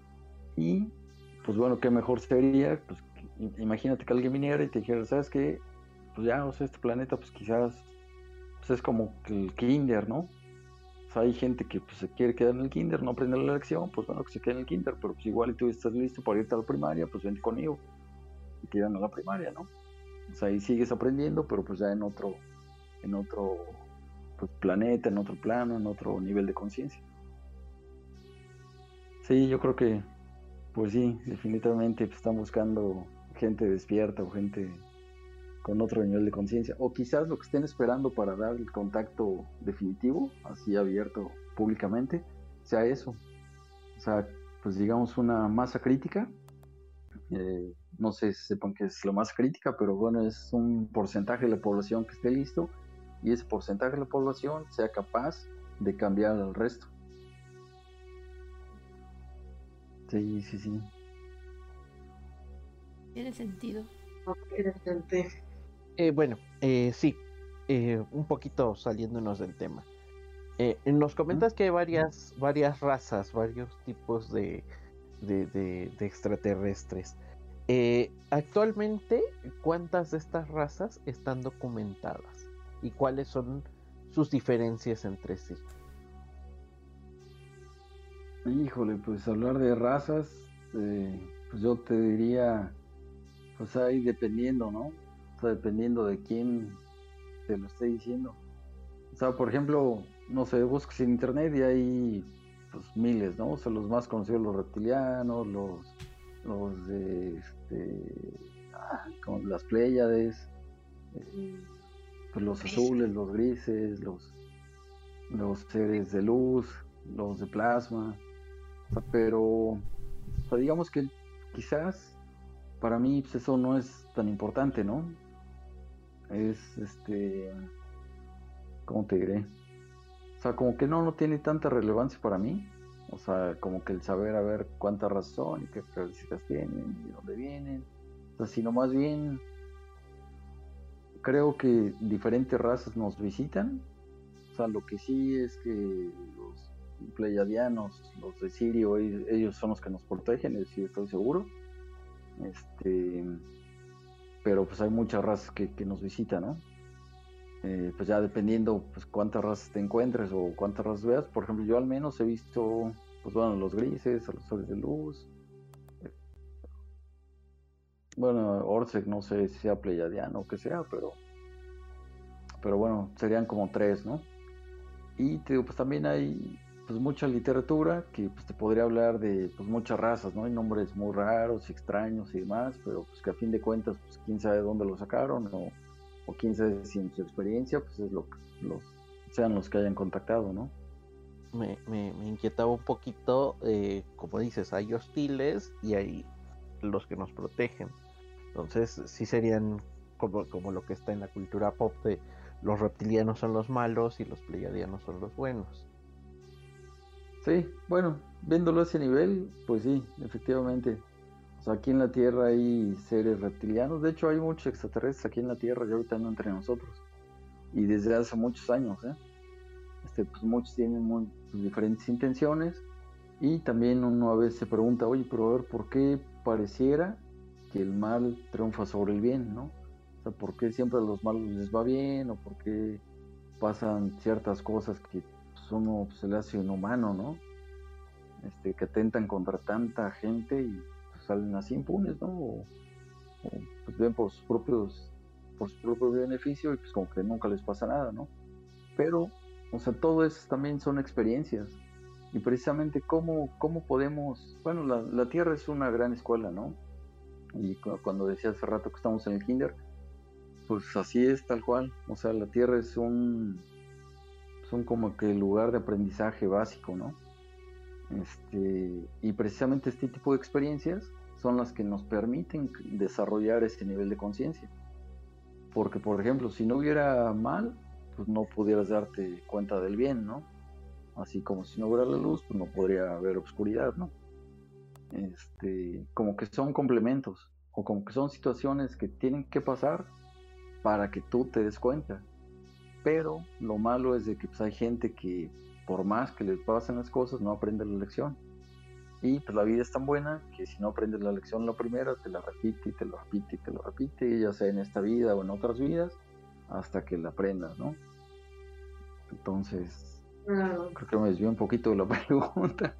Y pues bueno, qué mejor sería, pues imagínate que alguien viniera y te dijera, ¿sabes qué? Pues ya, o sea, este planeta pues quizás pues es como el kinder, ¿no? O sea, hay gente que pues, se quiere quedar en el kinder, no aprende la lección, pues bueno, que se quede en el kinder, pero pues igual y tú estás listo para irte a la primaria, pues vente conmigo y te llevan a la primaria, ¿no? O sea, ahí sigues aprendiendo, pero pues ya en otro, en otro pues, planeta, en otro plano, en otro nivel de conciencia. Sí, yo creo que, pues sí, definitivamente pues, están buscando gente despierta o gente con otro nivel de conciencia. O quizás lo que estén esperando para dar el contacto definitivo, así abierto públicamente, sea eso. O sea, pues digamos una masa crítica. Eh, no sé si sepan qué es la masa crítica, pero bueno, es un porcentaje de la población que esté listo y ese porcentaje de la población sea capaz de cambiar al resto. Sí, sí, sí. Tiene sentido. Interesante. Eh, bueno, eh, sí, eh, un poquito saliéndonos del tema. Eh, nos comentas que hay varias, varias razas, varios tipos de, de, de- de extraterrestres. Eh, actualmente, ¿cuántas de estas razas están documentadas? ¿Y cuáles son sus diferencias entre sí? Híjole, pues hablar de razas, eh, pues yo te diría, pues ahí dependiendo, ¿no? O sea, dependiendo de quién te lo esté diciendo. O sea, por ejemplo, no sé, buscas en internet y hay pues miles, ¿no? O sea, los más conocidos, los reptilianos, los, los de, este, ah, como las Pléyades, eh, pues los Gris. azules, los grises, los, los seres de luz, los de plasma. O sea, pero, o sea, digamos que quizás para mí pues, eso no es tan importante, ¿no? Es, este, ¿cómo te diré? O sea, como que no, no tiene tanta relevancia para mí. O sea, como que el saber a ver cuántas razas son y qué características tienen y de dónde vienen. O sea, sino más bien creo que diferentes razas nos visitan. O sea, lo que sí es que los pleiadianos, los de Sirio, ellos ellos son los que nos protegen, eso sí estoy seguro. Este, pero pues hay muchas razas que, que nos visitan, ¿no? Eh, pues ya dependiendo pues cuántas razas te encuentres o cuántas razas veas. Por ejemplo, yo al menos he visto, pues bueno, los grises, a los soles de luz. eh, Bueno, Orsec no sé si sea pleiadiano o que sea, pero, pero bueno, serían como tres, ¿no? Y te digo, pues también hay pues mucha literatura que pues te podría hablar de pues muchas razas, ¿no? Hay nombres muy raros y extraños y demás, pero pues que a fin de cuentas, pues quién sabe dónde lo sacaron o, o quién sabe si en su experiencia, pues es lo que los, sean los que hayan contactado, ¿no? Me, me, me inquietaba un poquito, eh, como dices, hay hostiles y hay los que nos protegen. Entonces, sí serían como, como lo que está en la cultura pop de los reptilianos son los malos y los pleiadianos son los buenos. Sí, bueno, viéndolo a ese nivel, pues sí, efectivamente. O sea, aquí en la Tierra hay seres reptilianos. De hecho, hay muchos extraterrestres aquí en la Tierra y ahorita no entre nosotros. Y desde hace muchos años, ¿eh? Este, pues muchos tienen muy, pues, diferentes intenciones. Y también uno a veces se pregunta, oye, pero a ver, ¿por qué pareciera que el mal triunfa sobre el bien, ¿no? O sea, ¿por qué siempre a los malos les va bien? ¿O por qué pasan ciertas cosas que pues, uno pues, se le hace inhumano, ¿no? Este, que atentan contra tanta gente y pues, salen así impunes, ¿no? O, o, pues ven por sus propios, por su propio beneficio y pues como que nunca les pasa nada, ¿no? Pero, o sea, todo eso también son experiencias. Y precisamente cómo, cómo podemos, bueno, la, la Tierra es una gran escuela, ¿no? Y cu- cuando decía hace rato que estamos en el kinder, pues así es tal cual. O sea, la Tierra es un, es un como que lugar de aprendizaje básico, ¿no? Este, y precisamente este tipo de experiencias son las que nos permiten desarrollar ese nivel de conciencia. Porque, por ejemplo, si no hubiera mal, pues no pudieras darte cuenta del bien, ¿no? Así como si no hubiera la luz, pues no podría haber oscuridad, ¿no? Este, como que son complementos, o como que son situaciones que tienen que pasar para que tú te des cuenta. Pero lo malo es de que pues, hay gente que por más que les pasen las cosas no aprende la lección. Y pues la vida es tan buena que si no aprendes la lección la primera, te la repite y te lo repite y te lo repite, ya sea en esta vida o en otras vidas, hasta que la aprendas, ¿no? Entonces, Claro. creo que me desvió un poquito de la pregunta.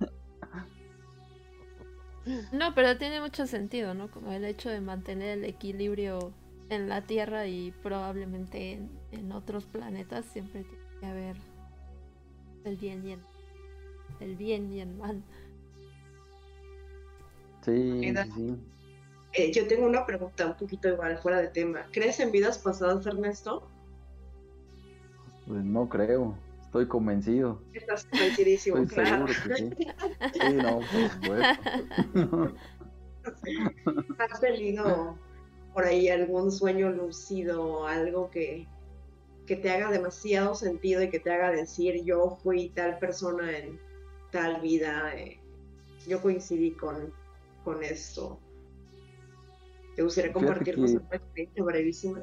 No, pero tiene mucho sentido, ¿no? Como el hecho de mantener el equilibrio en la Tierra y probablemente en, en otros planetas siempre tiene que haber el bien y el, el bien y el mal. Sí, Mira, sí, sí. eh, yo tengo una pregunta un poquito igual, fuera de tema. ¿Crees en vidas pasadas, Ernesto? Pues no creo, estoy convencido, Estás convencidísimo, estoy claro. seguro que sí. Sí, no, por supuesto. ¿Has tenido por ahí algún sueño lúcido, algo que, que te haga demasiado sentido y que te haga decir yo fui tal persona en tal vida? eh, yo coincidí con, con esto. ¿Te gustaría Fíjate compartirnos que una experiencia brevísima?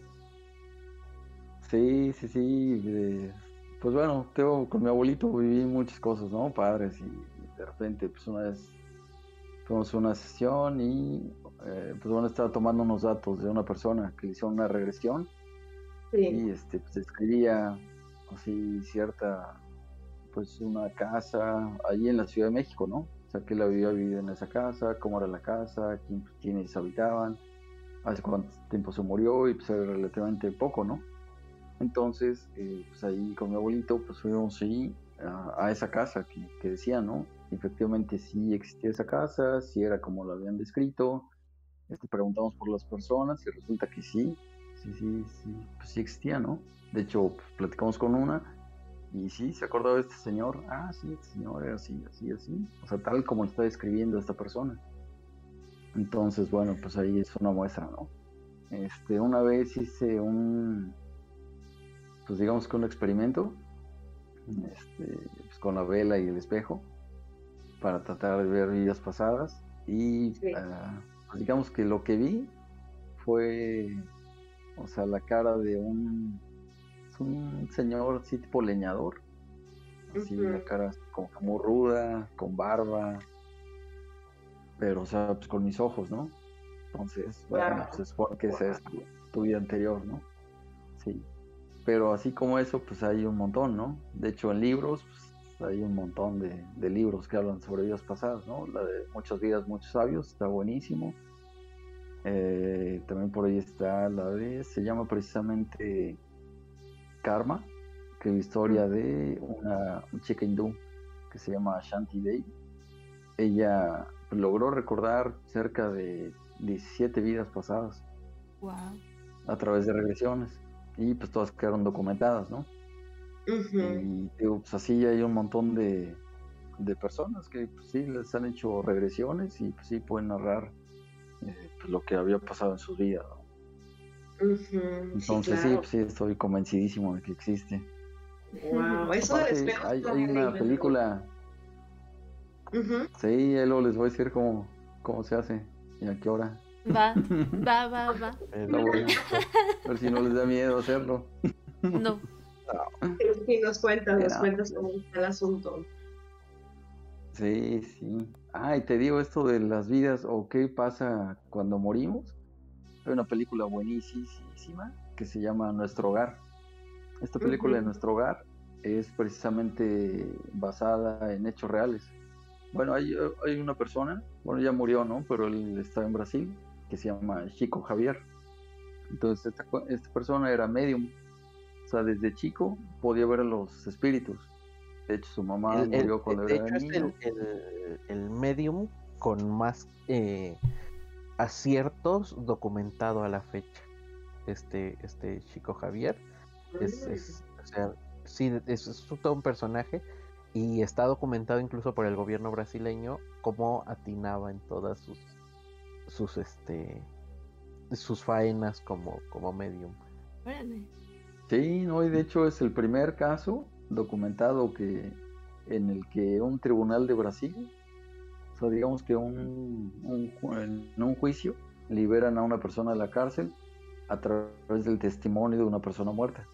sí, sí, sí. de- Pues bueno, tengo, con mi abuelito viví muchas cosas, ¿no? Padres y de repente, pues una vez fuimos a una sesión y eh, pues bueno, estaba tomando unos datos de una persona que le hicieron una regresión Sí, y este, pues describía así cierta, pues una casa ahí en la Ciudad de México, ¿no? O sea, que él había vivido en esa casa, cómo era la casa, quién, quiénes habitaban, hace cuánto tiempo se murió y pues era relativamente poco, ¿no? Entonces, eh, pues ahí con mi abuelito, pues fuimos ahí a, a esa casa que, que decía, ¿no? Efectivamente sí existía esa casa, sí era como lo habían descrito. Este, preguntamos por las personas y resulta que sí, sí, sí, sí, pues sí existía, ¿no? De hecho, pues, platicamos con una y sí, se acordaba de este señor. Ah, sí, este señor era así, así, así. O sea, tal como lo está describiendo esta persona. Entonces, bueno, pues ahí es una muestra, ¿no? Este, una vez hice un, pues digamos que un experimento, este, pues con la vela y el espejo, para tratar de ver vidas pasadas. Y sí. uh, pues digamos que lo que vi fue, o sea, la cara de un, un señor así tipo leñador, así Ujú. la cara como que muy ruda, con barba, pero o sea, pues con mis ojos, ¿no? Entonces, bueno, Wow. pues se supone que esa es tu, tu vida anterior, ¿no? Sí. Pero así como eso, pues hay un montón, ¿no? De hecho, en libros, pues hay un montón de, de libros que hablan sobre vidas pasadas, ¿no? La de Muchas vidas, muchos sabios, está buenísimo. Eh, también por ahí está la de, se llama precisamente Karma, que es la historia de una, una chica hindú que se llama Shanti Devi. Ella logró recordar cerca de diecisiete vidas pasadas Wow. a través de regresiones y pues todas quedaron documentadas, ¿no? Ujú. Y digo, pues así hay un montón de, de personas que pues, sí les han hecho regresiones y pues sí pueden narrar eh, pues, lo que había pasado en sus vidas, ¿no? Ujú. Sí, Entonces sí, claro. pues sí, estoy convencidísimo de que existe. Wow. Eso del Aparte, espejo hay, está hay una increíble. película, Ujú. sí, ahí luego les voy a decir cómo, cómo se hace y a qué hora. Va, va, va, va. Está bueno. A ver si no les da miedo hacerlo. No. Sí, nos cuentas, Sí, nos no, cuentas cómo está el asunto. sí, sí. Ah, y te digo esto de las vidas o qué pasa cuando morimos. Hay una película buenísima que se llama Nuestro Hogar. Esta película de Ujú. Nuestro Hogar es precisamente basada en hechos reales. Bueno, hay, hay una persona, bueno, ya murió, ¿no? Pero él está en Brasil, que se llama Chico Javier. Entonces, esta, esta persona era medium. O sea, desde chico podía ver a los espíritus. De hecho, su mamá El, el- murió cuando de era hecho, es niño. el, el, el medium con más eh, aciertos documentado a la fecha. Este, este chico Javier es, es, o sea, sí, es, es todo un personaje y está documentado incluso por el gobierno brasileño cómo atinaba en todas sus, sus, este, sus faenas como, como medium. Órale. Sí, no, y de hecho es el primer caso documentado que en el que un tribunal de Brasil, o sea, digamos que un, un ju- en un juicio liberan a una persona de la cárcel a través del testimonio de una persona muerta.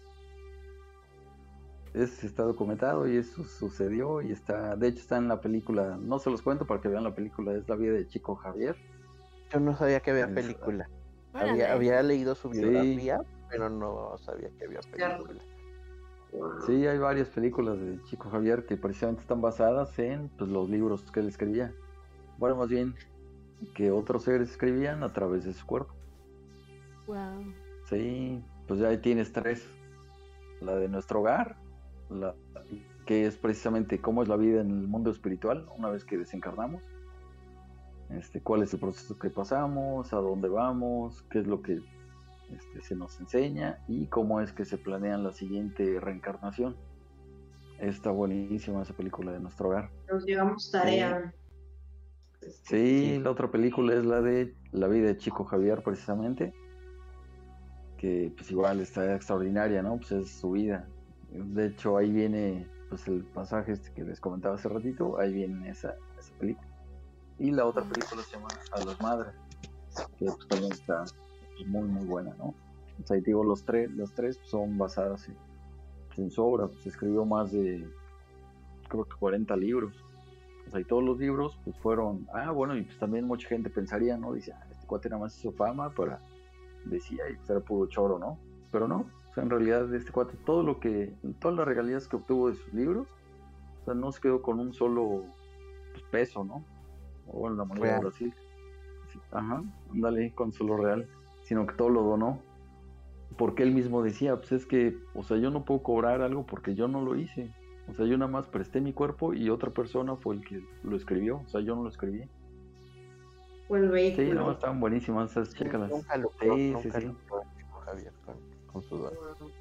Eso está documentado y eso sucedió y está, de hecho está en la película, no se los cuento para que vean la película, es la vida de Chico Javier. Yo no sabía que había Es- película. Había, Órale. había leído su sí, biografía, pero no sabía que había Claro. película. Wow. sí, hay varias películas de Chico Javier que precisamente están basadas en pues, los libros que él escribía. Bueno, más bien que otros seres escribían a través de su cuerpo. Wow. Sí, pues ya ahí tienes tres. La de Nuestro Hogar, la, que es precisamente cómo es la vida en el mundo espiritual una vez que desencarnamos. Este, cuál es el proceso que pasamos, a dónde vamos, qué es lo que este, se nos enseña y cómo es que se planea la siguiente reencarnación. Está buenísima esa película de Nuestro Hogar. Nos llevamos Sí, tarea. Este, sí, Sí. la otra película es la de La vida de Chico Javier precisamente, que pues igual está extraordinaria, ¿no? Pues es su vida. De hecho, ahí viene pues el pasaje este que les comentaba hace ratito, ahí viene esa, esa película. Y la otra película se llama A las Madres, que pues, también está pues, muy muy buena, ¿no? O sea, y digo, los tres, las tres pues, son basadas en, pues, en su obra. Pues escribió más de, creo que cuarenta libros. O sea, y todos los libros pues fueron, ah, bueno, y pues también mucha gente pensaría, ¿no? Dice, ah, este cuate nada más hizo fama para, decía, y pues era puro choro, ¿no? Pero no, o sea, en realidad este cuate, todo lo que, todas las regalías que obtuvo de sus libros, o sea, no se quedó con un solo pues, peso, ¿no? O en la moneda Real. de Brasil. Sí, ajá, ándale, con solo real, sino que todo lo donó. Porque él mismo decía, pues es que, o sea, yo no puedo cobrar algo porque yo no lo hice. O sea, yo nada más presté mi cuerpo y otra persona fue el que lo escribió. O sea, yo no lo escribí. O el Sí, vehículo. no, estaban buenísimas esas, Sí, chécalas. nunca lo Sí, nunca sí, lo sí. probó Javier con, con sudor.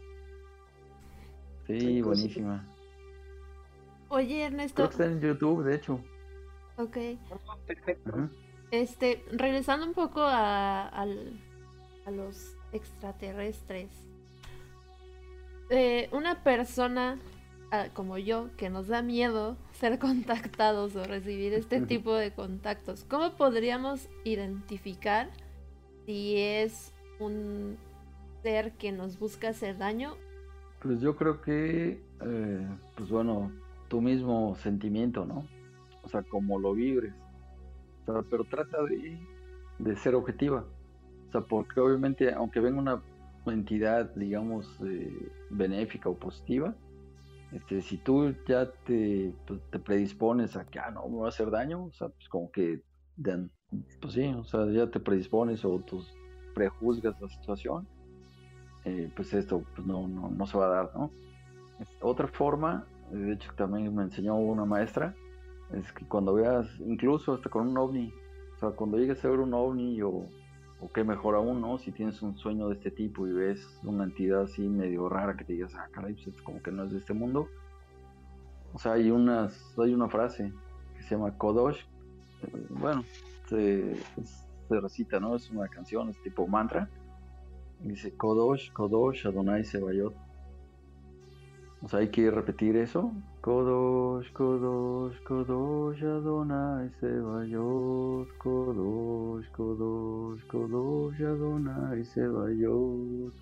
Sí, Entonces, buenísima. Oye, Ernesto, Creo que está en YouTube, de hecho. ok. perfecto. Ajá. Este, regresando un poco a, al- a los extraterrestres. Eh, una persona ah, como yo, que nos da miedo ser contactados o recibir este tipo de contactos, ¿cómo podríamos identificar si es un ser que nos busca hacer daño? Pues yo creo que, eh, pues bueno, tu mismo sentimiento, ¿no? O sea, como lo vibres. O sea, pero trata de, de ser objetiva. O sea, porque obviamente, aunque venga una entidad, digamos, eh, benéfica o positiva, este, si tú ya te, pues, te predispones a que, ah, no, me va a hacer daño, o sea, pues como que, dan- pues sí, o sea, ya te predispones o tus prejuzgas la situación, eh, pues esto pues no, no, no se va a dar, ¿no? Es otra forma, eh, de hecho también me enseñó una maestra, es que cuando veas, incluso hasta con un ovni, o sea, cuando llegues a ver un ovni o, o qué mejor aún, ¿no? Si tienes un sueño de este tipo y ves una entidad así medio rara que te digas, ah, caray, pues es como que no es de este mundo. O sea, hay unas, hay una frase que se llama Kodosh, eh, bueno, se, se recita, ¿no? Es una canción, es tipo mantra. Y dice Kodosh, Kodosh, Adonai Sebayot. O sea, hay que repetir eso. Kodosh, Kodosh, Kodosh, Adonai Sebayot. Kodosh, Kodosh, Kodosh, Adonai Sebayot.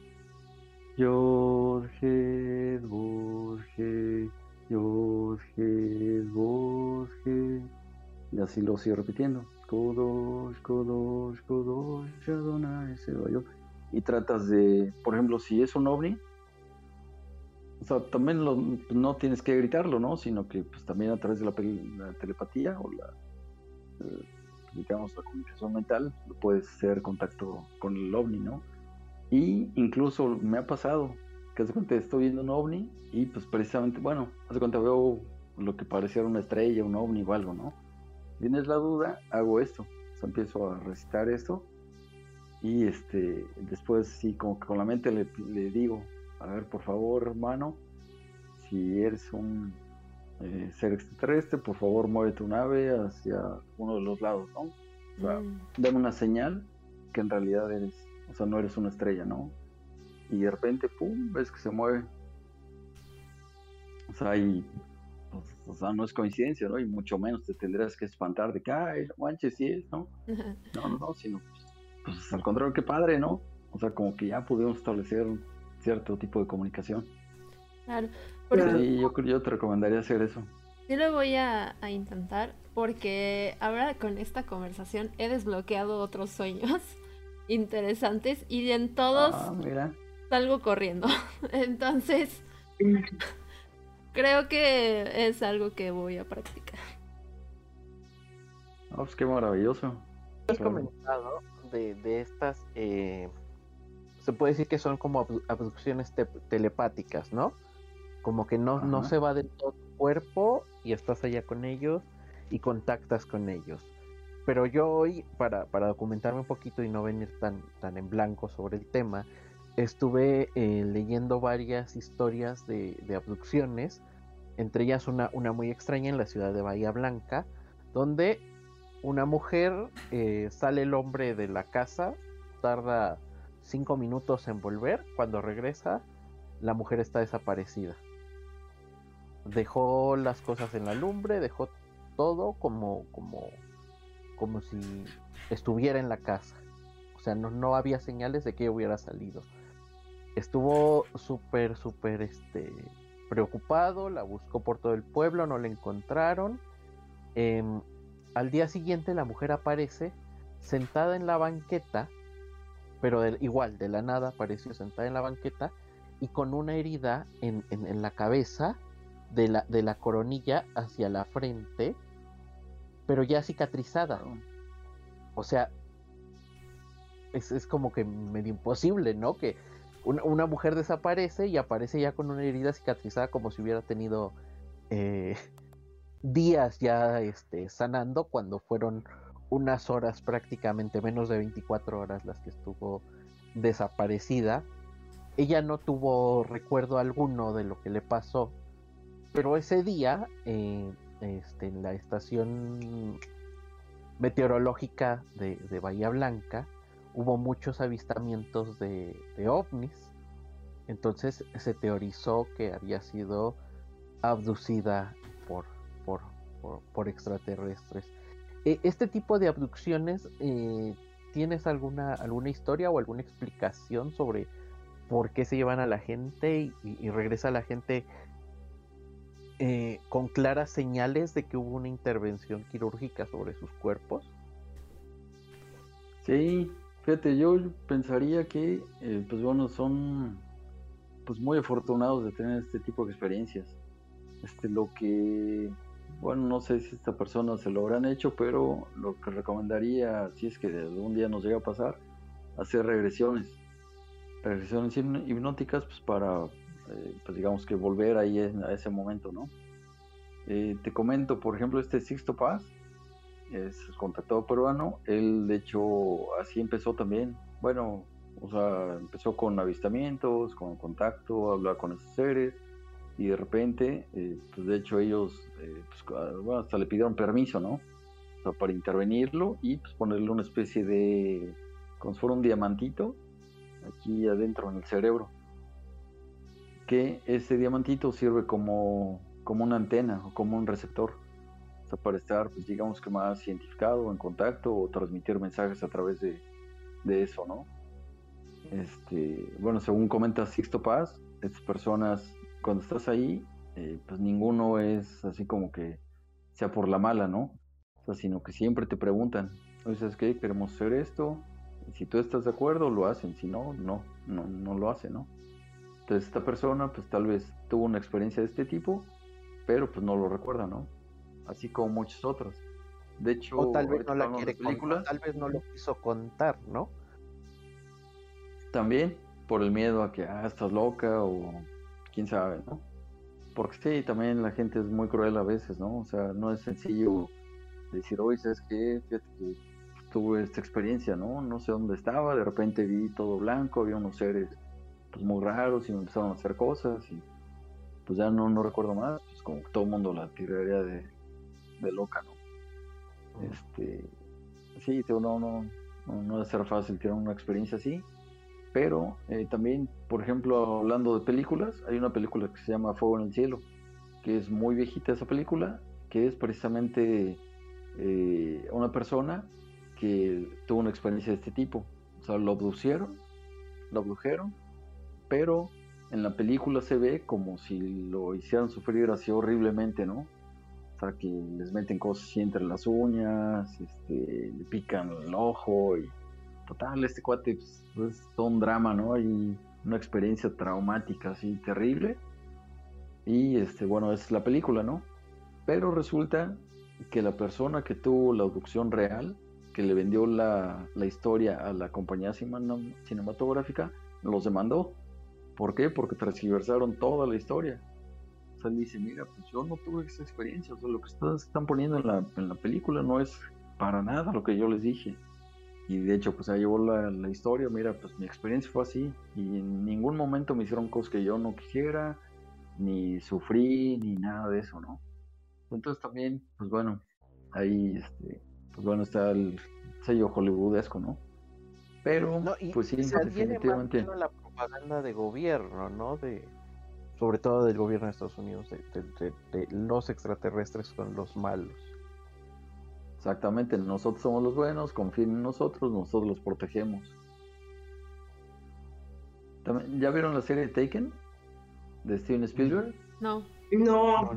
Yod, Het, Vod, Het, Yod, Het, Vod, Het. Y así lo sigo repitiendo. Kodosh, Kodosh, Kodosh, Adonai Sebayot. Y tratas de, por ejemplo, si es un ovni, o sea, también lo, pues, no tienes que gritarlo, ¿no? Sino que pues también a través de la, la telepatía o la, eh, digamos, la comunicación mental, puedes hacer contacto con el ovni, ¿no? Y incluso me ha pasado que hace cuenta estoy viendo un ovni y pues precisamente, bueno, hace cuenta veo lo que pareciera una estrella, un ovni o algo, ¿no? Tienes la duda, hago esto, o sea, empiezo a recitar esto y este, después sí, como que con la mente le, le digo, a ver, por favor, hermano, si eres un eh, ser extraterrestre, por favor, mueve tu nave hacia uno de los lados, ¿no? O sea, Mm. dame una señal que en realidad eres, o sea, no eres una estrella, ¿no? Y de repente, pum, ves que se mueve. O sea, y, pues, o sea, no es coincidencia, ¿no? Y mucho menos te tendrás que espantar de que, ay, no manches, sí es, ¿no? No, no, no, sino, pues, pues al contrario, qué padre, ¿no? O sea, como que ya pudimos establecer un cierto tipo de comunicación. Claro, porque Claro. Sí, yo, yo te recomendaría hacer eso. sí lo voy a, a intentar porque ahora con esta conversación he desbloqueado otros sueños interesantes y en todos Ah, mira. salgo corriendo. Entonces, creo que es algo que voy a practicar. Ah, pues qué maravilloso. Has Claro. comentado de, de estas, eh, se puede decir que son como abdu- abducciones te- telepáticas, ¿no? Como que no, no Ajá. se va de todo tu cuerpo y estás allá con ellos y contactas con ellos. Pero yo hoy, para, para documentarme un poquito y no venir tan, tan en blanco sobre el tema, estuve eh, leyendo varias historias de, de abducciones, entre ellas una, una muy extraña en la ciudad de Bahía Blanca, donde una mujer, eh, sale el hombre de la casa, tarda cinco minutos en volver, cuando regresa, la mujer está desaparecida. Dejó las cosas en la lumbre, dejó todo como, como, como si estuviera en la casa. O sea, no, no había señales de que hubiera salido. Estuvo súper, súper este, preocupado, la buscó por todo el pueblo, no la encontraron. Eh, al día siguiente la mujer aparece sentada en la banqueta, pero de, igual, de la nada apareció sentada en la banqueta y con una herida en, en, en la cabeza, de la, de la coronilla hacia la frente, pero ya cicatrizada. O sea, es, es como que medio imposible, ¿no? Que una, una mujer desaparece y aparece ya con una herida cicatrizada como si hubiera tenido eh, días ya este, sanando, cuando fueron unas horas, prácticamente menos de veinticuatro horas las que estuvo desaparecida. Ella no tuvo recuerdo alguno de lo que le pasó, pero ese día eh, este, en la estación meteorológica de, de Bahía Blanca hubo muchos avistamientos de, de ovnis. Entonces se teorizó que había sido abducida por, por, por, por extraterrestres. Eh, este tipo de abducciones, eh, ¿tienes alguna, alguna historia o alguna explicación sobre por qué se llevan a la gente y, y regresa la gente eh, con claras señales de que hubo una intervención quirúrgica sobre sus cuerpos? Sí, fíjate, yo pensaría que, eh, pues bueno, son pues muy afortunados de tener este tipo de experiencias. Este, lo que, bueno, no sé si esta persona se lo habrán hecho, pero lo que recomendaría, si es que algún día nos llega a pasar, hacer regresiones, regresiones hipnóticas, pues para, eh, pues digamos que volver ahí a ese momento, ¿no? Eh, te comento, por ejemplo, este Sixto Paz, es contactado peruano, él de hecho así empezó también, bueno, o sea, empezó con avistamientos, con contacto, hablar con esos seres, y de repente, eh, pues de hecho ellos, eh, pues, bueno, hasta le pidieron permiso, ¿no? O sea, para intervenirlo y pues ponerle una especie de, como si fuera un diamantito, aquí adentro en el cerebro, que ese diamantito sirve como, como una antena o como un receptor, o sea, para estar, pues digamos que más identificado, en contacto o transmitir mensajes a través de, de eso, ¿no? Este, bueno, según comenta Sixto Paz, estas personas, cuando estás ahí, eh, pues ninguno es así como que sea por la mala, ¿no? O sea, sino que siempre te preguntan, oye, ¿sabes qué? Queremos hacer esto, y si tú estás de acuerdo, lo hacen, si no, no, no, no lo hacen, ¿no? Entonces esta persona, pues tal vez tuvo una experiencia de este tipo, pero pues no lo recuerda, ¿no? Así como muchos otros. De hecho, O tal vez ahorita no la hablamos de quiere contar, películas, tal vez no lo quiso contar, ¿no? también por el miedo a que, ah, estás loca o quién sabe, ¿no? Porque sí, también la gente es muy cruel a veces, ¿no? O sea, no es sencillo decir, oye, ¿sabes qué? Fíjate que tuve esta experiencia, ¿no? No sé dónde estaba, de repente vi todo blanco, había unos seres pues muy raros y me empezaron a hacer cosas y pues ya no, no recuerdo más, pues como que todo el mundo la tiraría de, de loca, ¿no? Mm. Este, sí, no, no, no, no debe ser fácil tener una experiencia así, pero eh, también, por ejemplo, hablando de películas, hay una película que se llama Fuego en el Cielo, que es muy viejita esa película, que es precisamente eh, una persona que tuvo una experiencia de este tipo. O sea, lo abducieron, lo abdujeron, pero en la película se ve como si lo hicieran sufrir así horriblemente, ¿no? O sea, que les meten cosas así entre las uñas, este, le pican el ojo y total, este cuate pues, es todo un drama, ¿no? Hay una experiencia traumática así terrible. Y este, bueno, es la película, ¿no? Pero resulta que la persona que tuvo la abducción real, que le vendió la, la historia a la compañía cinematográfica, los demandó. ¿Por qué? Porque transgiversaron toda la historia. O sea, él dice, mira, pues yo no tuve esa experiencia. O sea, lo que ustedes están poniendo en la, en la película no es para nada lo que yo les dije. Y de hecho, pues ahí llevó la, la historia, mira, pues mi experiencia fue así. Y en ningún momento me hicieron cosas que yo no quisiera, ni sufrí, ni nada de eso, ¿no? Entonces también, pues bueno, ahí, este, pues bueno, está el sello hollywoodesco, ¿no? Pero, No, y pues sí, se adhiere más definitivamente. bien a la propaganda de gobierno, ¿no? De, sobre todo del gobierno de Estados Unidos, de, de, de, de los extraterrestres son los malos. Exactamente, nosotros somos los buenos, confíen en nosotros, nosotros los protegemos. También, ¿ya vieron la serie Taken? De Steven Spielberg. No. No.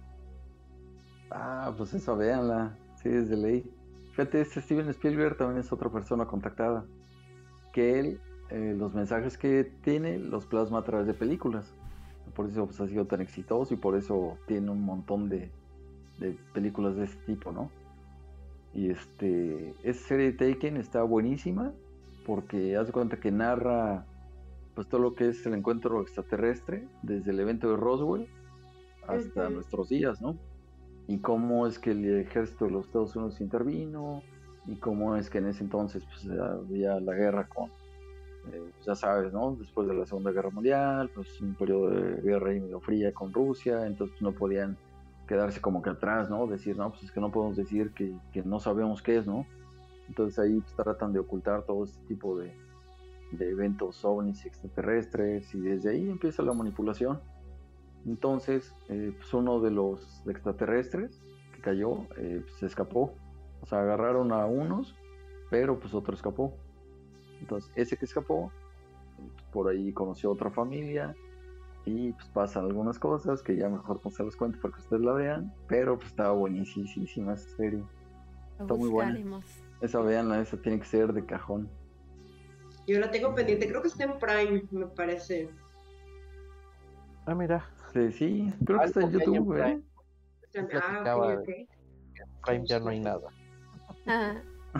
Ah, pues esa, véanla. Sí, es de ley. Fíjate, este Steven Spielberg también es otra persona contactada. Que él, eh, los mensajes que tiene, los plasma a través de películas. Por eso pues, ha sido tan exitoso y por eso tiene un montón de, de películas de este tipo, ¿no? Y este, esa serie de Taken está buenísima porque haz de cuenta que narra pues todo lo que es el encuentro extraterrestre desde el evento de Roswell hasta uh-huh. nuestros días, ¿no? Y cómo es que el ejército de los Estados Unidos intervino y cómo es que en ese entonces pues había la guerra con, eh, pues, ya sabes, ¿no? Después de la Segunda Guerra Mundial, pues un periodo de guerra ahí medio fría con Rusia, entonces pues, no podían quedarse como que atrás, ¿no? Decir, no, pues es que no podemos decir que, que no sabemos qué es, ¿no? Entonces ahí pues, tratan de ocultar todo este tipo de, de eventos ovnis extraterrestres y desde ahí empieza la manipulación. Entonces, eh, pues uno de los extraterrestres que cayó eh, pues, se escapó. O sea, agarraron a unos, pero pues otro escapó. Entonces, ese que escapó, eh, pues, por ahí conoció otra familia. Y pues pasan algunas cosas que ya mejor no se las cuento para que ustedes la vean. Pero pues estaba buenísima esa serie. Lo Está muy buena. Esa veanla, esa tiene que ser de cajón. Yo la tengo pendiente, creo que está en Prime, me parece. Ah, mira. Sí, sí, creo que está en YouTube, ¿eh? Ah, ok, ok. Prime ya no hay nada. Ah.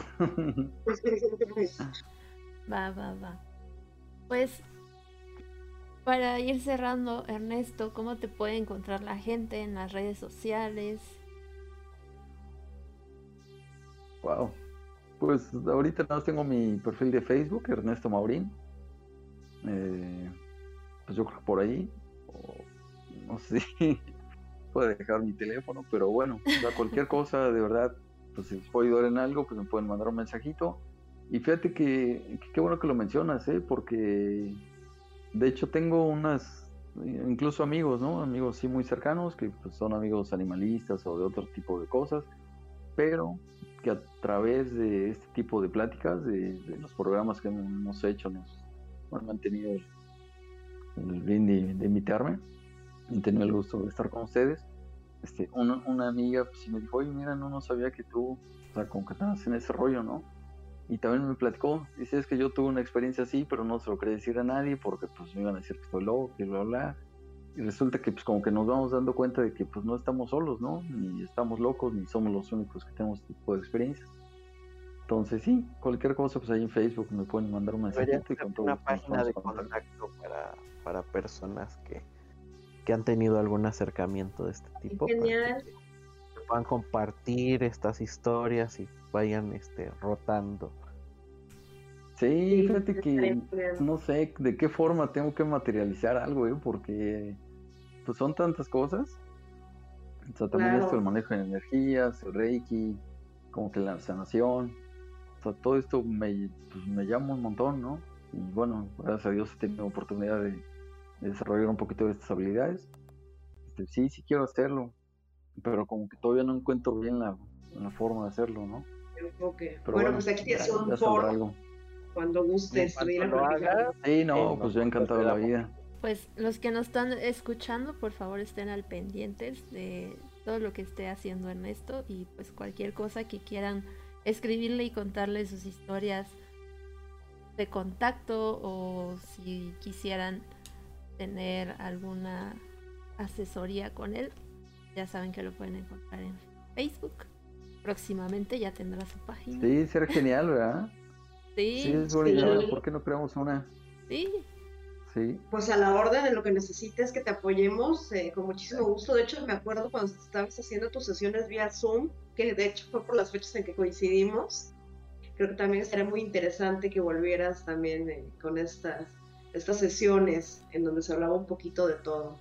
Va, va, va. Pues, para ir cerrando, Ernesto, ¿cómo te puede encontrar la gente en las redes sociales? Wow. Pues ahorita nada más tengo mi perfil de Facebook, Ernesto Maurín. Eh, pues yo creo que por ahí. O, no sé si puede dejar mi teléfono, pero bueno, o sea, cualquier cosa, de verdad, pues si les puedo ayudar en algo, pues me pueden mandar un mensajito. Y fíjate que qué bueno que lo mencionas, ¿eh? Porque de hecho tengo unas, incluso amigos, ¿no? Amigos sí muy cercanos, que pues, son amigos animalistas o de otro tipo de cosas, pero que a través de este tipo de pláticas, de, de los programas que hemos hecho, nos han mantenido el, el bien de, de invitarme. He tenido el gusto de estar con ustedes. Este, una, una amiga pues, me dijo, oye, mira, no, no sabía que tú, o sea, como que estabas en ese rollo, ¿no? Y también me platicó, dice, es que yo tuve una experiencia así, pero no se lo quería decir a nadie porque pues me iban a decir que estoy loco y bla, bla. Y resulta que pues como que nos vamos dando cuenta de que pues no estamos solos, ¿no? Ni estamos locos, ni somos los únicos que tenemos este tipo de experiencias. Entonces sí, cualquier cosa pues ahí en Facebook me pueden mandar un mensajito y con todo una página de contacto para, para personas que, que han tenido algún acercamiento de este tipo. Genial. Para que puedan compartir estas historias y vayan este rotando. Sí, fíjate que no sé de qué forma tengo que materializar algo, ¿eh? Porque pues son tantas cosas. O sea, también Claro. esto, el manejo de energías, el Reiki, como que la sanación. O sea, todo esto me, pues, me llama un montón, ¿no? Y bueno, gracias a Dios he tenido oportunidad de, de desarrollar un poquito de estas habilidades. Este, sí, sí quiero hacerlo, pero como que todavía no encuentro bien la, la forma de hacerlo, ¿no? Okay. Pero Bueno, pues aquí tienes un foro. Algo. Cuando gustes, cuando ir a lo platicar. hagas, Sí, no, eh, pues yo encantado de la vida. Pues los que nos están escuchando, por favor estén al pendientes de todo lo que esté haciendo Ernesto y pues cualquier cosa que quieran escribirle y contarle sus historias de contacto o si quisieran tener alguna asesoría con él, ya saben que lo pueden encontrar en Facebook. Próximamente ya tendrá su página. Sí, será genial, ¿verdad? Sí, Sí, es buena idea. Sí. ¿Por qué no creamos una? sí. Sí. Pues a la orden de lo que necesites que te apoyemos, eh, con muchísimo gusto. De hecho, me acuerdo cuando estabas haciendo tus sesiones vía Zoom, que de hecho fue por las fechas en que coincidimos. Creo que también estaría muy interesante que volvieras también eh, con estas, estas sesiones en donde se hablaba un poquito de todo.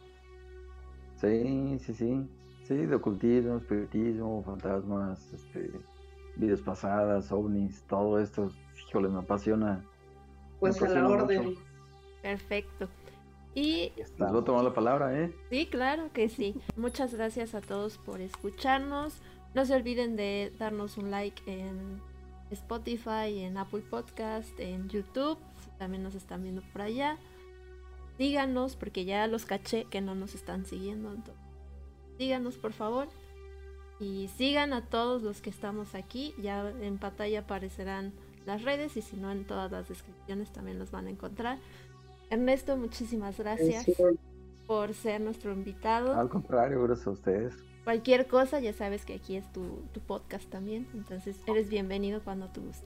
Sí, sí, sí. Sí, de ocultismo, espiritismo, fantasmas, este, vidas pasadas, ovnis, todo esto. Híjole, me apasiona. Pues me a la apasiona orden. mucho. Perfecto. Y Les voy a tomar la palabra, ¿eh? sí, claro que sí. Muchas gracias a todos por escucharnos, No se olviden de darnos un like en Spotify, en Apple Podcast, en YouTube, si también nos están viendo por allá. Síganos, porque ya los caché que no nos están siguiendo. Entonces, síganos por favor. Y sigan a todos los que estamos aquí. Ya en pantalla aparecerán las redes y si no en todas las descripciones también los van a encontrar. Ernesto, muchísimas gracias Sí. por ser nuestro invitado. Al contrario, gracias a ustedes. Cualquier cosa, ya sabes que aquí es tu, tu podcast también. Entonces eres bienvenido cuando te guste.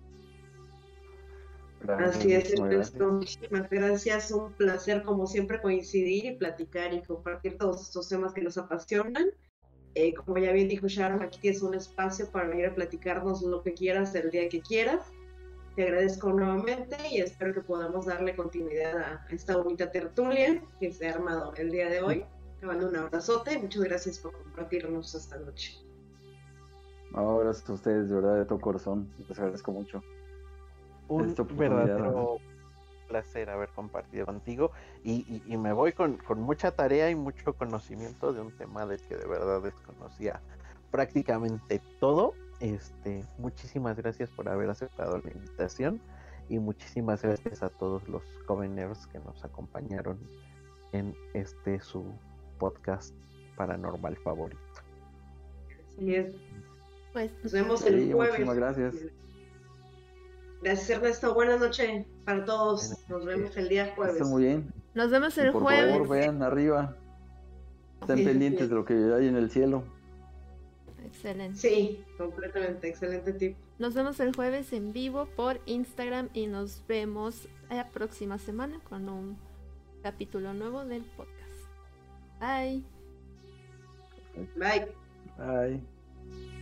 Gracias, Así es, muchísimas Ernesto. gracias. Muchísimas gracias. Un placer, como siempre, coincidir y platicar y compartir todos estos temas que nos apasionan. Eh, como ya bien dijo Sharon, aquí tienes un espacio para venir a platicarnos lo que quieras el día que quieras. Te agradezco nuevamente y espero que podamos darle continuidad a esta bonita tertulia que se ha armado el día de hoy. Te mando un abrazote. Muchas gracias por compartirnos esta noche. No, gracias a ustedes, de verdad, de todo corazón. Les agradezco mucho. Un Esta oportunidad, verdadero placer haber compartido contigo y, y, y me voy con, con mucha tarea y mucho conocimiento de un tema del que de verdad desconocía prácticamente todo. Este, muchísimas gracias por haber aceptado la invitación y muchísimas gracias a todos los Coveners que nos acompañaron en este su podcast paranormal favorito. Así es. Pues Nos vemos Sí, el jueves. muchísimas gracias. Gracias, Ernesto. Buenas noches para todos. Nos vemos el día jueves. Estén muy bien. nos vemos Y el por jueves. favor, vean arriba. Estén Sí, pendientes sí. de lo que hay en el cielo. Excelente. Sí, completamente. Excelente tip. Nos vemos el jueves en vivo por Instagram y nos vemos la próxima semana con un capítulo nuevo del podcast. Bye. Bye. Bye.